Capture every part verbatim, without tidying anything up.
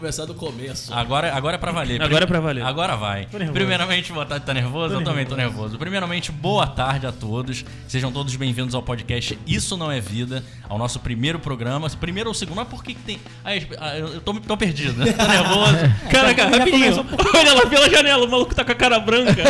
Começar do começo. Agora, agora é pra valer. Agora é pra valer. Agora vai. Primeiramente, boa tarde. Tá nervoso? Tô Eu também nervoso. tô nervoso. Primeiramente, boa tarde a todos. Sejam todos bem-vindos ao podcast Isso Não É Vida, ao nosso primeiro programa. Primeiro ou segundo? Mas por que que tem... Ah, eu tô, tô perdido, né? Tô nervoso. Cara, cara, rapidinho. Olha lá pela janela, o maluco tá com a cara branca.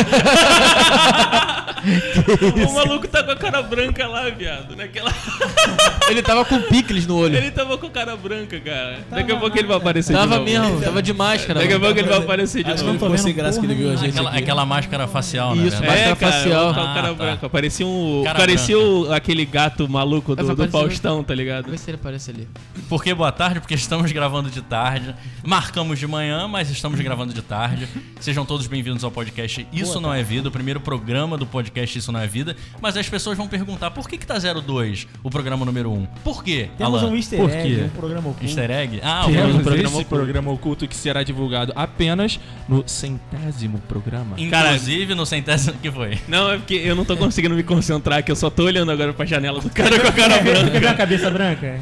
O maluco tá com a cara branca lá, viado. Naquela... Ele tava com picles no olho. Ele tava com a cara branca, cara. Daqui a pouco ele vai aparecer Tava de novo. mesmo, tava de máscara. Daqui a mano. pouco ele vai aparecer de Acho que novo. ele ficou sem graça que ele viu a gente Aquela, aqui. aquela máscara facial, né? Isso, verdade? É, máscara cara, facial. o cara, Ah, tá. branca. Parecia um. Cara parecia o, aquele gato maluco do, Vai do aparecer- Faustão, tá ligado? Vê se ele aparece ali. Por que boa tarde? Porque estamos gravando de tarde. Marcamos de manhã, mas estamos gravando de tarde. Sejam todos bem-vindos ao podcast Isso Não É Vida, o primeiro programa do podcast Isso Não É Vida. Mas as pessoas vão perguntar, por que que tá zero dois, o programa número um? Por quê, Temos Alan? um easter Por egg, quê? um programa oculto. Easter egg? Ah, o Temos programa... programa esse oculto. programa oculto que será divulgado apenas no centésimo programa. Inclusive no centésimo... que foi? Não, é porque eu não tô conseguindo me concentrar, que eu só tô olhando agora pra janela do cara com a cara Quer ver branca. a cabeça branca?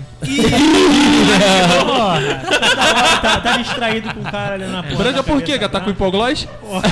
Porra! Tá, tá, tá distraído com o cara ali na porta. Branca por quê? Que tá com hipoglós?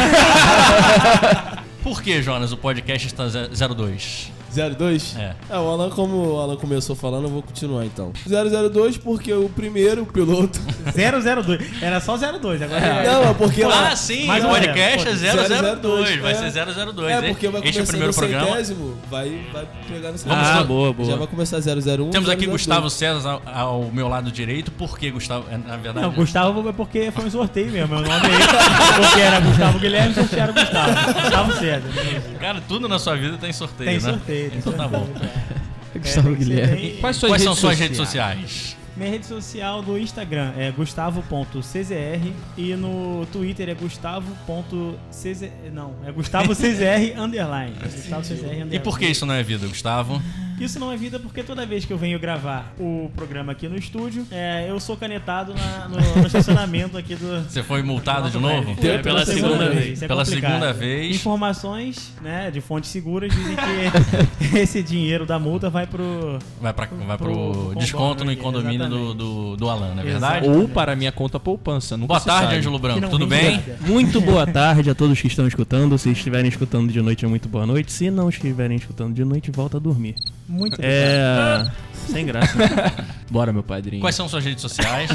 Por que, Jonas, o podcast está zero dois? zero dois? É. É, o Alan, como o Alan começou falando, eu vou continuar então. zero zero dois porque o primeiro, o piloto... zero zero dois. Era só zero dois, agora é. Não, é porque lá... Ah, sim, Mais o um podcast zero. é zero zero dois, zero zero dois, vai é. ser zero zero dois. É, porque vai Este é o começar primeiro no programa. centésimo, vai, vai pegar no Vamos Ah, lá. boa, Já boa. vai começar zero zero um. Temos aqui zero zero Gustavo dois. César ao, ao meu lado direito. Por que Gustavo? É, na verdade... Não, Gustavo é porque foi um sorteio mesmo. Meu nome é ele. Porque era Gustavo Guilherme, sortearam Gustavo. Gustavo César. Cara, tudo na sua vida tem sorteio, Tem né? sorteio. tem Então tá bom. sorteio. Gustavo É, tem que ser Guilherme. bem- Quais suas Quais são redes suas sociais? redes sociais? Minha rede social do Instagram é gustavo ponto c z r e no Twitter é gustavo ponto c z r. Não, é gustavo c z r underline. Gustavo C Z R underline. E por que isso não é vida, Gustavo? Isso não é vida porque toda vez que eu venho gravar o programa aqui no estúdio, é, eu sou canetado na- no, no estacionamento aqui do... Você foi multado de Nossa, novo? velho. É, pela segunda vez. Isso é Pela complicado. segunda vez. Informações, né, de fontes seguras dizem que esse dinheiro da multa vai pro... Vai, pra, vai pro, Pro desconto no aqui, condomínio do, exatamente. do, do Alan, não é verdade? Exato. Ou para minha conta poupança. Nunca Boa se tarde, sabe. Ângelo Branco. Que não Tudo rende bem? nada. Muito boa tarde a todos que estão escutando. Se estiverem escutando de noite, é muito boa noite. Se não estiverem escutando de noite, volta a dormir. Muito obrigado. É. Sem graça. Bora, meu padrinho. Quais são suas redes sociais?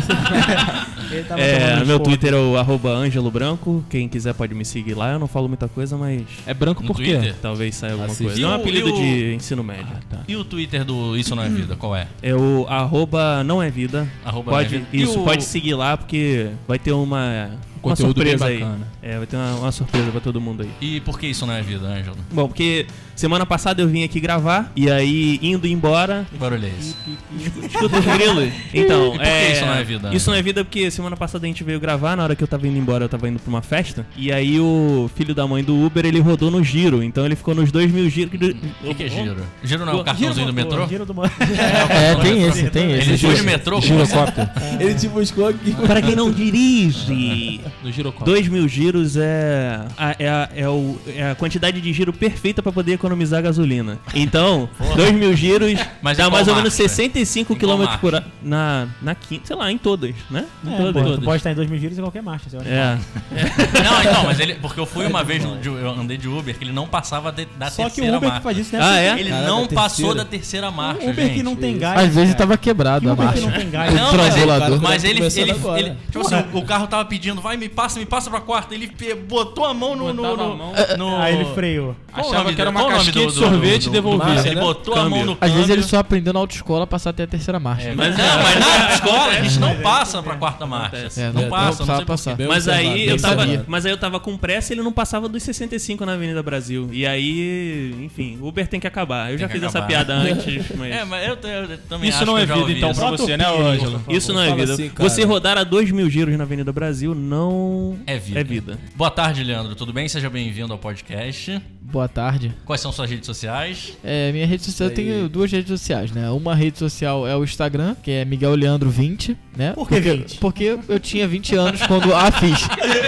Ele tava É, tomando meu esporro. Twitter é o arroba Ângelo Branco. Quem quiser pode me seguir lá. Eu não falo muita coisa, mas É branco No por quê? Twitter? talvez saia alguma Assiste. coisa. E É um o- apelido e o- de ensino médio. E o Twitter do Isso Não É Vida, qual é? É o arroba não é vida. Arroba Pode, não é vida. isso, E o- pode seguir lá porque vai ter uma, uma Conteúdo bem surpresa aí. bacana. É, vai ter uma, uma surpresa pra todo mundo aí. E por que isso não é vida, Ângelo? Bom, porque semana passada eu vim aqui gravar e aí indo embora. Que barulho é esse? Escuta os grilos. Então, E por que é, isso não é vida? Isso não é vida porque semana passada a gente veio gravar, na hora que eu tava indo embora, eu tava indo pra uma festa. E aí o filho da mãe do Uber, ele rodou no giro. Então ele ficou nos dois mil giros. O que, que é giro? Giro não é o cartãozinho do metrô? Giro do... É, tem esse, tem esse. Ele foi de metrô? Girocóptero. Ele te buscou aqui. Para quem não dirige, No girocóptero. dois mil giros é a, é, a, é, o, é a quantidade de giro perfeita pra poder economizar gasolina. Então, dois mil giros Mas dá em qual mais ou menos marcha? sessenta e cinco Em qual quilômetros por marcha? hora. Na, na quinta, sei lá, em todas, né? Em É, todas. pô, tu todas. pode estar em dois mil giros em qualquer marcha. Você acha? É. Não, então, mas ele. Porque eu fui uma vez, de- eu andei de Uber, que ele não passava de- da Só que o terceira Uber marcha. que faz isso, né? Ah, é? Ele Caraca, não terceira. passou da terceira marcha, O Uber gente. que não tem gás. Às vezes cara. tava quebrado Que a Uber que marcha. não tem gás. Não, mas ele, Transbolador. mas ele, Começando ele, agora. ele- tipo assim, o carro tava pedindo, vai, me passa, me passa pra quarta. Ele pe- botou a mão no. no, Botava no, a mão. no- Aí ele freou. Qual o Achava nome que era do- uma qual o nome casquinha do- de do- sorvete do- e do- devolvia. do- Ele né? botou a mão no Às vezes câmbio. ele só aprendeu na autoescola a passar até a terceira marcha. É, mas, não, mas na escola a gente não passa pra quarta marcha. É, não não passa, não precisava sei passar. por quê. Bem Mas observado, aí, bem eu tava, observado. mas aí eu tava com pressa e ele não passava dos sessenta e cinco na Avenida Brasil. E aí, enfim, Uber tem que acabar. Eu já que fiz essa acabar. piada antes, mas... É, mas eu, eu, eu também Isso acho não que é eu já vida, ouvi então, isso. pra Bota você, o né, pi, Ângelo? por favor. Isso não é Fala vida. assim, cara. Você rodar a dois mil giros na Avenida Brasil não É vida. é vida. Boa tarde, Leandro. Tudo bem? Seja bem-vindo ao podcast. Boa tarde. Quais são suas redes sociais? É, minha rede social, eu tenho duas redes sociais, né? Uma rede social é o Instagram, que é Miguel Leandro vinte, né? Por que porque, vinte? Porque eu tinha vinte anos quando a fiz.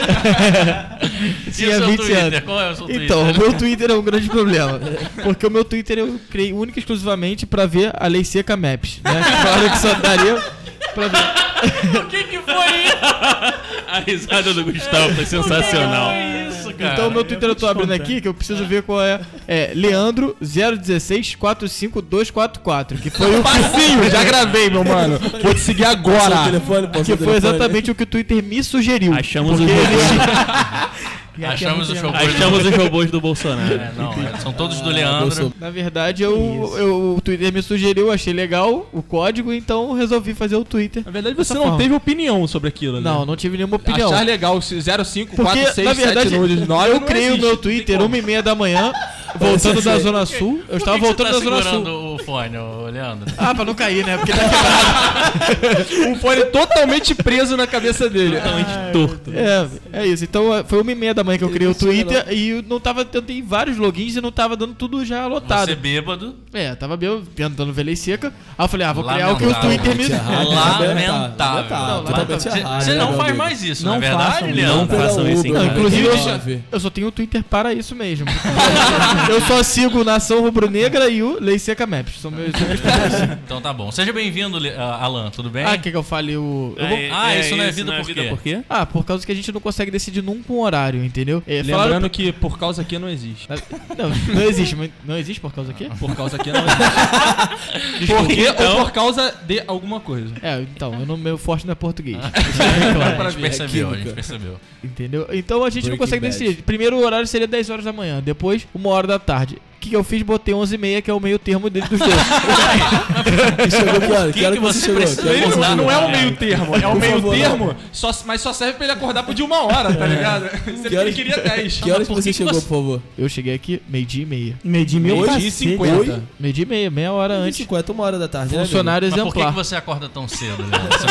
E o tinha seu vinte Twitter? anos. Qual é o seu Twitter? Então, o meu Twitter é um grande problema. Porque o meu Twitter eu criei única e exclusivamente pra ver a lei seca Maps, né? Falaram que só daria pra ver. O que que foi isso? A risada do Gustavo foi sensacional. Que isso, cara? Então, o meu Twitter eu tô abrindo contar. aqui, que eu preciso ver qual é. É Leandro zero um seis quatro cinco dois quatro quatro, que foi o Passinho, já gravei, meu mano. Vou te seguir Passou o agora. telefone, passou que o foi telefone. exatamente o que o Twitter me sugeriu. Achamos Porque o robô. E aqui é Achamos muito o show. legal. Achamos os robôs do Bolsonaro. É, não, é, são todos do Ah, Leandro. eu sou- Na verdade, eu, eu, o Twitter me sugeriu, achei legal o código, então resolvi fazer o Twitter. Na verdade, Dessa você não forma. teve opinião sobre aquilo, né? Não, não tive nenhuma opinião. Achar legal, zero cinco Porque, quatro seis na verdade, sete nudes nove eu não criei o existe. meu Twitter uma e meia da manhã, voltando da Zona Sul. Eu estava Por que que voltando da você tá Zona segurando Sul. o fone, ô, Leandro? Ah, pra não cair, né? Porque tá quebrado. Um fone totalmente preso na cabeça dele. Totalmente torto. É, é isso. Então foi uma e meia da manhã que eu criei o Isso, Twitter e eu não tava. Eu tenho vários logins e não tava dando tudo já lotado. Você bêbado. É, tava bem tentando ver lei seca. Aí eu falei, ah, vou criar o que o Lamentável. Twitter me. Lamentável. Não, Totalmente lamentável. errado, Você né, não meu faz amigo? mais isso, Não não é verdade, façam, Leandro? Não Pela façam isso, Uber, hein, Não, cara. inclusive eu, Deixa eu ver. eu só tenho o Twitter para isso mesmo. Eu só sigo Nação Rubro-Negra e o Lei Seca Maps. São meus. Então tá bom. Seja bem-vindo, Le- ah, Alan, tudo bem? Ah, quer que eu fale o. Eu vou- Ah, isso não é vida por quê? por quê? Ah, por causa que a gente não consegue decidir nunca um horário, entendeu? É, Lembrando falaram- que por causa aqui não existe. Não, não existe, mas não existe por causa aqui? Por causa aqui não existe. Por quê ou por causa de alguma coisa. É, então, eu não, meu forte não é português. A gente percebeu, a química. gente percebeu. Entendeu? Então a gente não Breaking consegue Bad. decidir. Primeiro o horário seria dez horas da manhã, depois uma hora da tarde. O que, que eu fiz? Botei onze e meia, que é o meio termo dele dos dois. E chegou que hora? Que Que hora que que você você chegou? precisa Que hora que você acordar? chegou? Não é o meio termo, é o Por meio favor, termo, só, mas só serve pra ele acordar por de uma hora, tá ligado? Você Que hora- ele queria dez. Que horas que por você que que chegou, você- por favor? Eu cheguei aqui meio-dia e meia. Medir meu Hoje, cacete. cinquenta. Meio-dia e meia, meia hora antes. cinquenta, uma hora da tarde, né, Funcionário Mas por que, que exemplar. você acorda tão cedo, Leandro? Você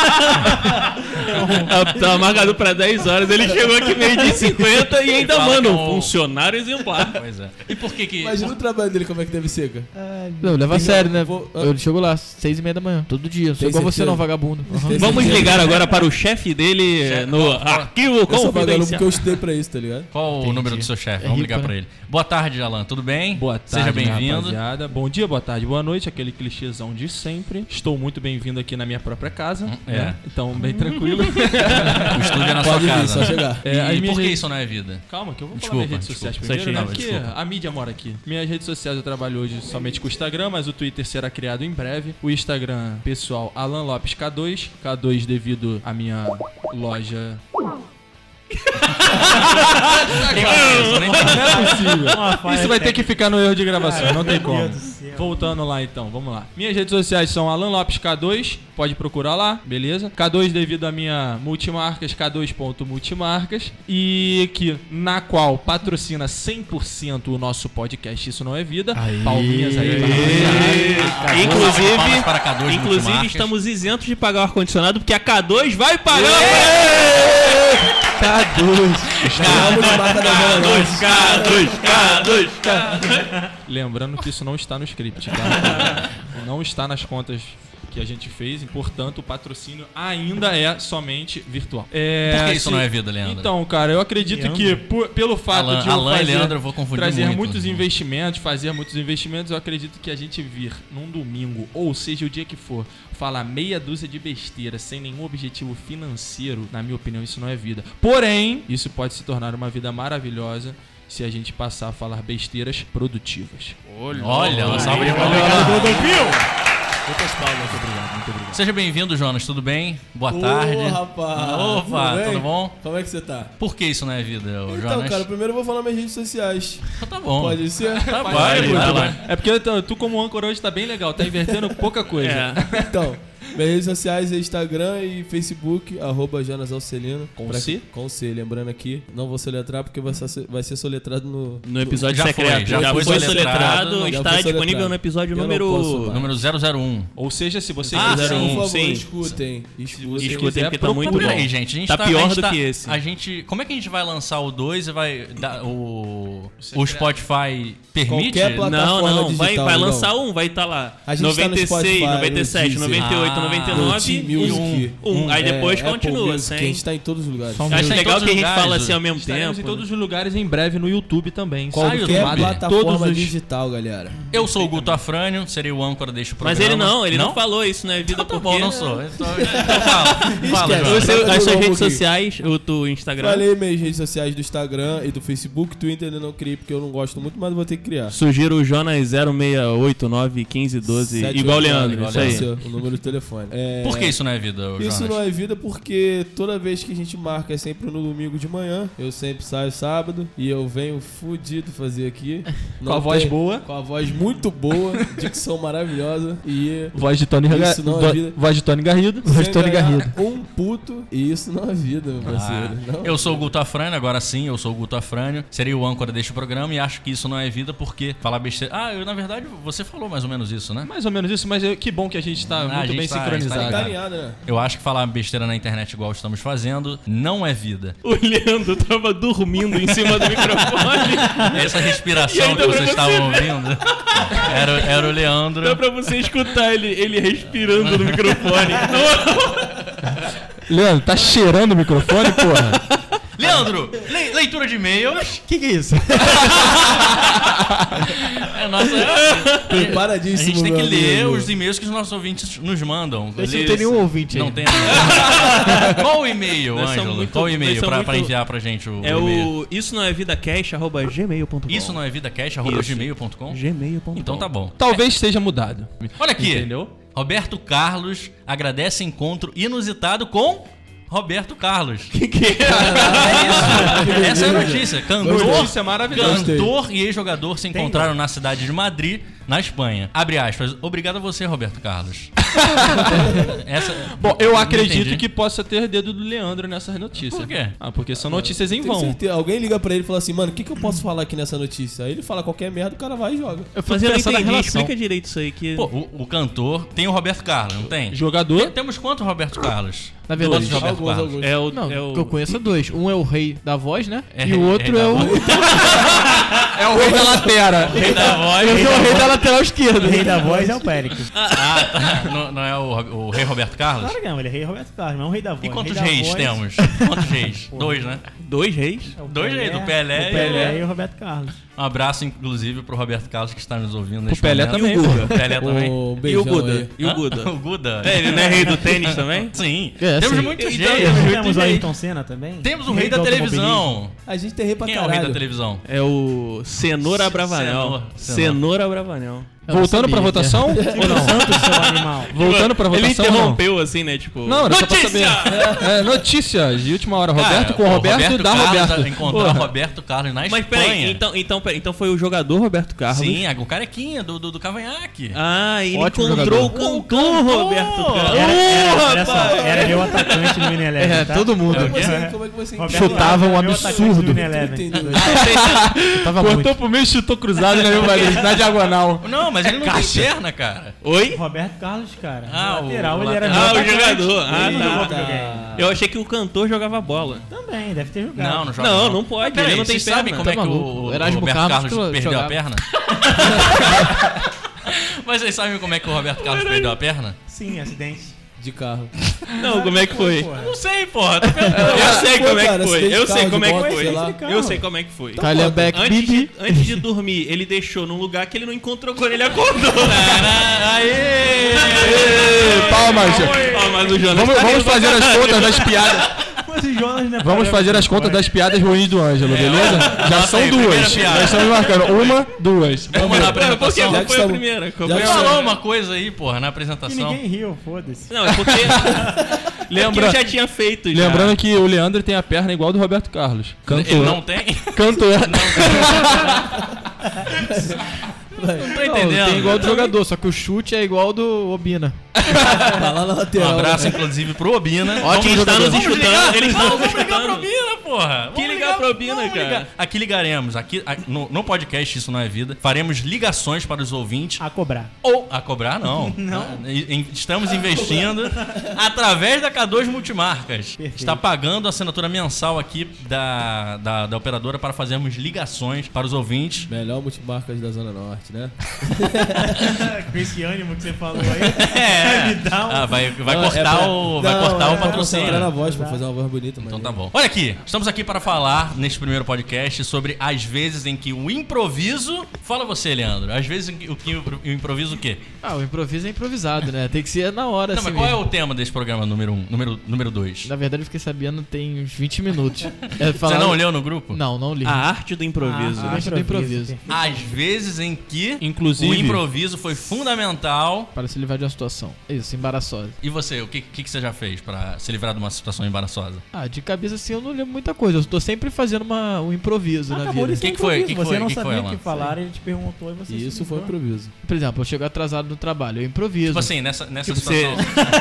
vai- Tava marcado pra dez horas, ele chegou aqui meio dia e cinquenta e ainda Fala manda que é um o- funcionário exemplar. Pois é. E por que que... Imagina o trabalho dele, como é que deve ser, cara. Não, leva a Tem- sério, né? vou- Eu chego lá, seis e meia da manhã, todo dia. Não sou Tem igual você certeza? não, vagabundo. Uhum. Tem Vamos certeza? ligar agora para o chefe dele Chefe- no ó, ó, arquivo Eu sou vagabundo confidencial. porque eu estudei pra isso, tá ligado? Qual o Entendi. número do seu chefe? É Vamos rico, ligar né? pra ele. Boa tarde, Alan. Tudo bem? Boa tarde, Seja bem-vindo. rapaziada. Bom dia, boa tarde, boa noite. Aquele clichêzão de sempre. Estou muito bem-vindo aqui na minha própria casa. é. né? Então, bem tranquilo. O estúdio é na sua Pode vir, casa. só chegar. É, as E minhas por que redes- isso não é vida? Calma, que eu vou Desculpa, falar minhas redes sociais desculpa. primeiro, né? Você Porque desculpa. a mídia mora aqui. Minhas redes sociais eu trabalho hoje somente com o Instagram, mas o Twitter será criado em breve. O Instagram pessoal, Alan Lopes K dois. K dois devido à minha loja. Isso, nem tem- Não é possível. Uma falha Isso vai ter que ficar no erro de gravação, não tem Meu como. Deus do céu. Voltando lá então, vamos lá. Minhas redes sociais são Alan Lopes K dois, pode procurar lá, beleza? K dois devido à minha multimarcas, K dois ponto multimarcas, e que na qual patrocina cem por cento o nosso podcast Isso Não É Vida. Palminhas aí, pra rapaziada. Inclusive, Palmas para K dois inclusive Multimarcas. estamos isentos de pagar o ar-condicionado porque a K dois vai pagar. K dois. Vamos na marca da Zona Norte. K dois, K dois, K dois. Lembrando que isso não está no script, tá? Não está nas contas que a gente fez, e, portanto, o patrocínio ainda é somente virtual. É, Por que isso se- não é vida, Leandro? Então, cara, eu acredito que por- pelo fato Alan, de eu Alan e fazer, Leandro eu vou confundir trazer muito. muitos investimentos, fazer muitos investimentos, eu acredito que a gente vir num domingo, ou seja, o dia que for, falar meia dúzia de besteira sem nenhum objetivo financeiro, na minha opinião, isso não é vida. Porém, isso pode se tornar uma vida maravilhosa se a gente passar a falar besteiras produtivas. Olha, uma salva de palmas. Muitas palmas, obrigado, muito obrigado. Seja bem-vindo, Jonas. Tudo bem? Boa tarde. Ô, rapaz. Opa, bem? tudo bom? Como é que você tá? Por que isso não é vida, ô, Então, Jonas? cara, primeiro eu vou falar minhas redes sociais. Então tá bom. Pode ser? Tá Vai, vai, vai, vai vai. lá. É porque tu, tu como âncora hoje tá bem legal, tá invertendo pouca coisa. É. Então, minhas redes sociais é Instagram e Facebook, arroba Jonas Alcelino. Com Pra- C? Com C, lembrando aqui. Não vou soletrar porque vai ser, vai ser soletrado no... No episódio Já foi, secreto. já Já, foi foi, soletrado, soletrado, já está foi disponível soletrado. no episódio Eu não número... posso mais. Número zero zero um. Ou seja, se você Ah, quiser sim. um... Por favor, sim. escutem. Escutem. Se Escutem quiser, porque tá muito bom. Peraí, gente. A gente Tá tá, pior a gente do tá- que esse. A gente, como é que a gente vai lançar o dois e vai dar o secreto. o Spotify permite? Qualquer plataforma Não, não, vai, digital, vai não. lançar um, vai estar lá. A gente tá no noventa e seis, Spotify, noventa e no sete, Deezer. noventa e oito, Ah, noventa e No nove Team e Music. um. um. Aí depois É, Apple continua, Music, sem. que a gente tá em todos os lugares. Só um Eu acho Tá em legal todos que a os gente lugares, fala assim ao o- mesmo Estaremos tempo. em todos os lugares em breve no YouTube também. Qualquer YouTube. plataforma Todos os- digital, galera. Eu sou o Guto Afrânio, serei o âncora deste programa. Mas ele não, ele não, falou isso, né? Vida Então tá porque... bom, não sou. Então, então fala. Fala, Esquece. João. O seu- Joga as no suas Google redes aqui. sociais, o teu Instagram. Falei minhas redes sociais do Instagram e do Facebook. Twitter ainda não criei porque eu não gosto muito, mas vou ter que criar. Sugiro o Jonas zero seis oito nove um cinco um dois, Sete, igual o oito, Leandro, igual isso aí. Leandro, O número do telefone. É... Por que isso não é vida, ô, Isso Jonas? não é vida porque toda vez que a gente marca é sempre no domingo de manhã. Eu sempre saio sábado e eu venho fudido fazer aqui. Com a voz tem- boa. Com a voz muito boa, dicção maravilhosa e... Voz de Tony, Isso não é Vo- vida. voz de Tony Garrido. sem ganhar um puto e isso não é vida, meu parceiro. Ah, não. eu sou o Guto Afrânio, agora sim, eu sou o Guto Afrânio. Serei o âncora deste programa e acho que isso não é vida porque falar besteira. Ah, eu, na verdade, você falou mais ou menos isso, né? Mais ou menos isso, mas eu- que bom que a gente tá Ah, a muito gente bem tá- sincronizado. a gente tá Tá alinhado, né? Eu acho que falar besteira na internet igual estamos fazendo não é vida. O Leandro tava dormindo em cima do microfone. Essa E respiração aí que dá pra vocês você estavam ouvindo era, era o Leandro. Dá pra você escutar ele, ele respirando no microfone. Leandro, tá cheirando o microfone, porra? Leandro, le- leitura de e-mails. Que que é isso? É nossa. A Preparadíssimo, gente tem que meu ler amigo. os e-mails que os nossos ouvintes nos mandam. Esse não Eles- tem nenhum ouvinte aí. Não tem. Qual o e-mail, Nós somos Ângelo? muito- Qual o e-mail nós somos pra, pra muito- enviar pra gente o, É o e-mail? o isso não é vidacast arroba gmail ponto com. Isso não é vidacast, arroba Isso. gmail ponto com? gmail ponto com. Então tá bom. Talvez seja mudado. Olha aqui. Entendeu? Roberto Carlos agradece encontro inusitado com Roberto Carlos. Que que é? É isso. Essa é a notícia. Cantor, Notícia maravilhosa. cantor e ex-jogador se encontraram na cidade de Madrid, na Espanha. Abre aspas. Obrigado a você, Roberto Carlos. Essa, Bom, eu não acredito entendi. que possa ter dedo do Leandro nessas notícias. Por quê? Ah, porque são notícias em Tenho vão. certeza. Alguém liga pra ele e fala assim, mano, o que, que eu posso falar aqui nessa notícia? Aí ele fala qualquer merda, o cara vai e joga. Eu Mas eu não pensando na entendi, relação. explica direito isso aí. Que... Pô, o, o cantor tem o Roberto Carlos, não tem? Tem- Jogador. Temos quantos Roberto Carlos? Na verdade, Quantos Roberto alguns, Carlos? alguns. é o, Não, é o... que eu conheço é dois. Um é o rei da voz, né? É, e o outro rei é da o. voz. É o rei da latera. Rei da voz. Eu sou o rei da lateral esquerda. O rei da voz é o Péricles. Ah, tá. Não, não é o, o rei Roberto Carlos? Claro que não, ele é rei Roberto Carlos, não é o rei da voz. E quantos Rei da reis voz temos? Quantos reis? Dois, né? Dois reis? é o Dois reis, do Pelé o Pelé e e o Roberto Carlos. Um abraço, inclusive, pro Roberto Carlos que está nos ouvindo O neste Pelé momento. também. E o Guga? O Pelé também. Um E o beijão Guda? aí. E o Hã? Guda? O Guda. É, ele não é rei do tênis também? Sim. É, Temos sim. muitos Então, reis. temos Temos o reis. Ayrton Senna também. Temos o rei da do televisão. A gente tem rei pra Quem é o rei da caralho. televisão? É o Cenoura Bravanel. Cenoura. Cenoura Bravanel. Eu não Voltando pra sabia. votação? Ou não? Santos, seu animal. Voltando pra Ele votação? ou interrompeu assim, né? Tipo. Não, era só pra Notícia! saber. É, notícias de última hora. Roberto Cara, com o Roberto, e da Carlos Roberto. Encontrar Porra. Roberto Carlos na Mas Espanha. peraí, então, então, peraí, então foi o jogador Roberto Carlos. Sim, o carequinha do, do, do cavanhaque. Ah, ele Ótimo encontrou jogador. o cantor Roberto Carlos. Era, era, Uh, olha só, rapaz! era meu atacante no Wineleven, É, tá? todo mundo. Como é que você, É. como é que você Roberto Chutava Carlos um era meu atacante absurdo. no Wineleven. entendeu? Tava Cortou muito. pro meio e chutou cruzado, né, meu marido? Na diagonal. Não, mas ele não tem perna, cara. Oi? Roberto Carlos, cara. Ah, no o- lateral, o ele era lateral. meu Ah, o atacante. jogador. Ah, Ele tá. jogou videogame. Eu achei que o cantor jogava bola. Também, deve ter jogado. Não, não joga. Não, não pode, Mas peraí, ele não tem vocês sabem perna. como é Tá que maluco. o, O o Erasmo Roberto Carlos Carlos que perdeu jogava. a perna? Mas vocês sabem como é que o Roberto Carlos perdeu a perna? Sim, acidente. De carro. Não, como é que foi? Porra. Não sei, porra. Tô perguntando. Eu sei Pô, como é cara, que foi. acidente Eu de sei carro, como de é que moto, foi. sei lá. Eu sei como é que foi. Calha Beck, Antes de, Bibi. antes de dormir, ele deixou num lugar que ele não encontrou quando ele acordou. Aê! Ê, Palmas. Palmas do Jonas. Vamos, Tá vamos fazer as contas das piadas. Mas o Jonas não é Vamos parâmetro, fazer as pô. contas das piadas ruins do Ângelo, beleza? Já Anota são aí, primeira duas. piada. Já estamos marcando. Uma, duas. Vamos na Por que apresentação. Já qual que foi a estamos- primeira? Qual já foi que a- Falou estamos- uma coisa aí, porra, na E apresentação. ninguém riu, foda-se. Não, é porque. Lembra- é que eu já tinha feito. Já. Lembrando que o Leandro tem a perna igual do Roberto Carlos. Cantor. Ele não tem? Cantor. Não tô Não, entendendo. tem igual do jogador, só que o chute é igual do Obina. Tá lá na Um lateral. abraço, inclusive, pro Obina. Ó, quem está nos Vamos escutando, ligar. ele está Não, nos vamos ligar pro escutando. Obina, porra. Que Vamos ligar propina, não, cara. liga- Aqui ligaremos. Aqui, a- no, no podcast Isso Não É Vida, faremos ligações para os ouvintes. A cobrar. Ou a cobrar, não. Não. E- em- Estamos investindo através da K dois Multimarcas. Perfeito. Está pagando a assinatura mensal aqui da, da, da operadora para fazermos ligações para os ouvintes. Melhor multimarcas da Zona Norte, né? Com esse ânimo que você falou aí. É. Vai me dar um... Ah, vai, vai Não, cortar, é pra- o, vai não, cortar é o pra patrocínio. concentrar na voz, pra fazer uma voz bonita. Então maneiro. tá bom. Olha aqui, estamos aqui para falar neste primeiro podcast sobre as vezes em que o improviso. Fala você, Leandro. As vezes em que o, que o improviso o quê? Ah, o improviso é improvisado, né? Tem que ser na hora, Não, assim mas qual é mesmo. o tema desse programa número um, número, número dois? Na verdade, eu fiquei sabendo tem uns vinte minutos. É, Você falar- não leu no grupo? Não, não li. A arte do improviso. Ah, arte do improviso. As vezes em que Inclusive- o improviso foi fundamental. Para se livrar de uma situação. Isso, embaraçosa. E você, o que, que, que você já fez pra se livrar de uma situação embaraçosa? Ah, de cabeça assim eu não lembro muita coisa. Eu tô sempre fazendo uma, um improviso na Acabou vida. de ser Que que foi? improviso. Que que Você foi? não Que que sabia foi, o que Alan? falar, ele te perguntou e você... E se isso foi livrou. improviso. Por exemplo, eu chego atrasado no trabalho, eu improviso. Tipo assim, nessa, nessa Tipo, situação.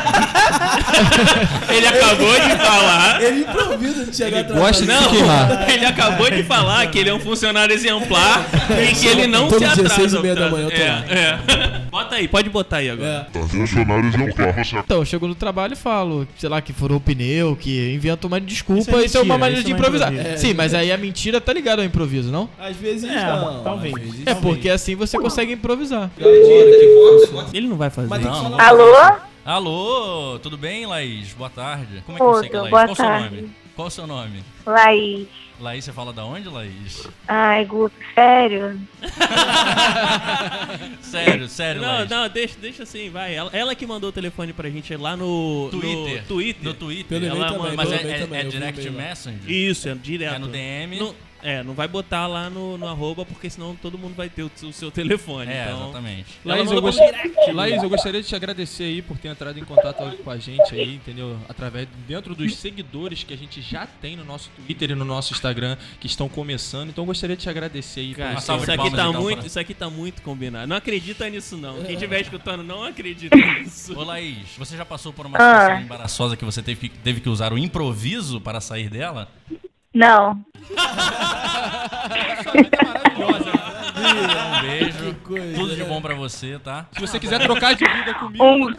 Ele acabou de falar. Ele improvisa de chegar atrasado. gosta de Não, se queimar. ele acabou de falar que ele é um funcionário exemplar e que ele não Todo se dia, atrasa. seis e meia da manhã, eu tô é, lá. é. Bota aí, pode botar aí agora. É. Então, eu chego no trabalho e falo, sei lá, que furou o pneu, que invento uma desculpa, Isso é isso é uma mentira, maneira isso de não é improvisar. improviso. Sim, mas aí a mentira tá ligada ao improviso, não? Às vezes É, não. talvez. Às vezes É não. porque assim você consegue improvisar. Ele não vai fazer. Mas tem que Não, falar- Alô? Alô, tudo bem, Laís? Boa tarde. Como é que você, Tudo, Laís? boa Qual o seu tarde. nome? Qual o seu nome? Laís. Laís, você fala da onde, Laís? Ai, Guto, sério? Sério, sério, Não, Laís. não, deixa, deixa assim, vai. Ela, ela que mandou o telefone pra gente lá no Twitter. No Twitter. No Twitter. Pelo e-mail Ela também, mandou- Mas é, pelo e-mail é- também, é eu vi o direct e-mail lá. messenger? Isso, é direto. É no D M? No- é, não vai botar lá no, no arroba, porque senão todo mundo vai ter o, o seu telefone. É, então... exatamente. Ela Laís, mandou eu como gost- direct. Laís, eu gostaria de te agradecer aí por ter entrado em contato com a gente aí, entendeu? Através, dentro dos seguidores que a gente já tem no nosso Twitter e no nosso Instagram, que estão começando. Então eu gostaria de te agradecer aí. Cara, Uma por salva isso de aqui, palmas, tá então, muito, pra- isso aqui tá muito combinado. Não acredita nisso, não. Quem estiver escutando, não acredita nisso. Ô, Laís, você já passou por uma Ah. situação embaraçosa que você teve que, teve que usar o improviso para sair dela? Não. Um beijo. coisa, Tudo de né? bom pra você, tá? Se você quiser trocar de vida comigo, Um,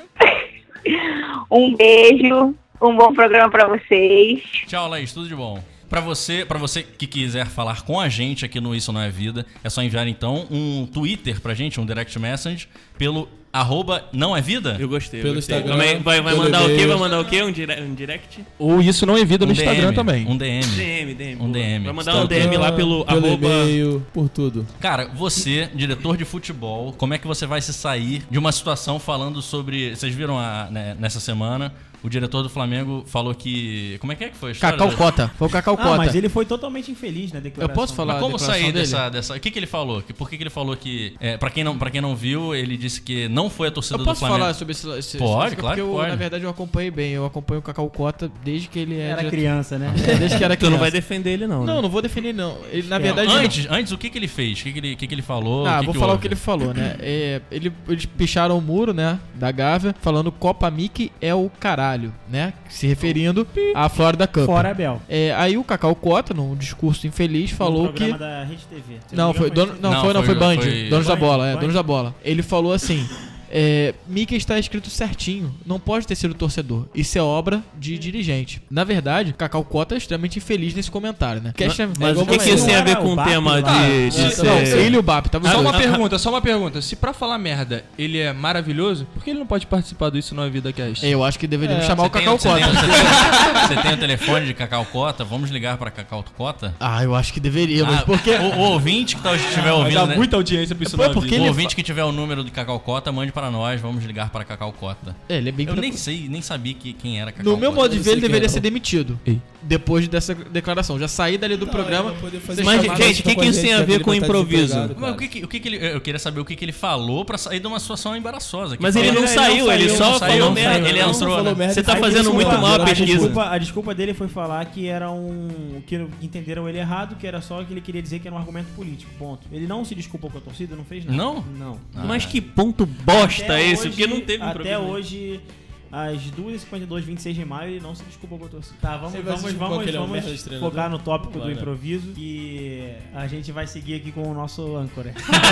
um beijo. Um bom programa pra vocês. Tchau, Laís, tudo de bom. Pra você, pra você que quiser falar com a gente aqui no Isso Não É Vida, é só enviar então um Twitter pra gente, um direct message, pelo arroba Não É Vida? Eu gostei. eu Pelo gostei. Instagram, Vai, vai, vai pelo mandar o quê? e-mail. Vai mandar o quê? Um, dire um direct? ou isso não é vida no Um Instagram D M, também. Um D M. D M, D M. Um D M. Vai mandar um D M lá pelo, pelo arroba... e-mail, por tudo. Cara, você, diretor de futebol, como é que você vai se sair de uma situação falando sobre... Vocês viram a, né, nessa semana, o diretor do Flamengo falou que... Como é que é que foi a história? Cacau Cota. Foi o Cacau Ah, Cota. mas ele foi totalmente infeliz na Eu declaração. posso falar Mas a como declaração sair dele? dessa, dessa... O que, que ele falou? Que- Por que, que ele falou que... É, pra, quem não, pra quem não viu, ele disse que não foi a torcida Eu do posso Flamengo. falar sobre esse, esse Pode, esse- claro porque que eu, pode. na verdade, eu acompanhei bem. Eu acompanho o Cacau Cota desde que ele é Era diretor- criança, né? É, desde que era Tu criança. não vai defender ele, não. Não, né? não vou defender, não. Ele, na É, verdade... Antes, antes, o que, que ele fez? O que, que, ele, o que, que ele falou? Ah, o que vou que falar houve? o que ele falou, né? É, ele, eles picharam o muro, né, da Gávea, falando Copa Mickey é o caralho, né? Se referindo à Florida Cup. Fora Abel. É, aí o Cacau Cota, num discurso infeliz, falou no que... programa da Rede T V. Se Não, me foi, engano, dono, não, Não, foi, não, foi- foi Band, foi- Donos da Band, Bola, é, Band. Donos da Bola. Ele falou assim, é, Mickey está escrito certinho, não pode ter sido torcedor, isso é obra de dirigente. Na verdade, Cacau Cota é extremamente infeliz nesse comentário, né? Mas, é mas igual o que, que você. isso tem a ver Era com o o Bap tema lá. de, de Ah, ser... Não, ele e o Bap, tava Só os uma dois. pergunta, só uma pergunta. Se pra falar merda ele é maravilhoso, por que ele não pode participar do Isso Não É Vida Cast? Eu acho que deveríamos É, chamar o Você tem- Cacau você tem- Cota. Você tem, você tem o telefone de Cacau Cota? Vamos ligar pra Cacau Cota? Ah, eu acho que deveríamos, Ah, porque... o, o ouvinte que tá, estiver Vai ouvindo, dar né? muita audiência pra Isso Foi Não É porque Vida. O ele ouvinte que tiver o número de Cacau Cota, mande para nós, vamos ligar para Cacau Cota. É, ele é bem... Eu nem sei, nem sabia que, quem era Cacau No meu Cota. modo de Eu ver, ele sei quem deveria é. ser demitido. Ei. Depois dessa declaração. Já saí dali do programa. Mas, gente, o que, que isso tem a ver com o improviso? Mas o que que, o que que ele, eu queria saber o que que ele falou pra sair de uma situação embaraçosa. que Mas fala- ele não Ele não saiu, ele saiu, só não falou saiu, merda. ele Não, entrou, falou né? merda. Você tá Aí fazendo desculpa, muito mal a a pesquisa. desculpa, a desculpa dele foi falar que era um. que entenderam ele errado, que era só que ele queria dizer que era um argumento político. Ponto. Ele não se desculpou com a torcida, não fez nada. Não? Não. Ah. Mas que ponto bosta Até é esse? hoje- Porque não teve Até improviso. hoje. às duas e cinquenta e dois, vinte e seis de maio, e não se desculpa com a torcida. Tá, vamos, Você vai se vamos, desculpar vamos, que ele é um vamos merda de treinador? focar no tópico Vai, do né? improviso, e a gente vai seguir aqui com o nosso âncora.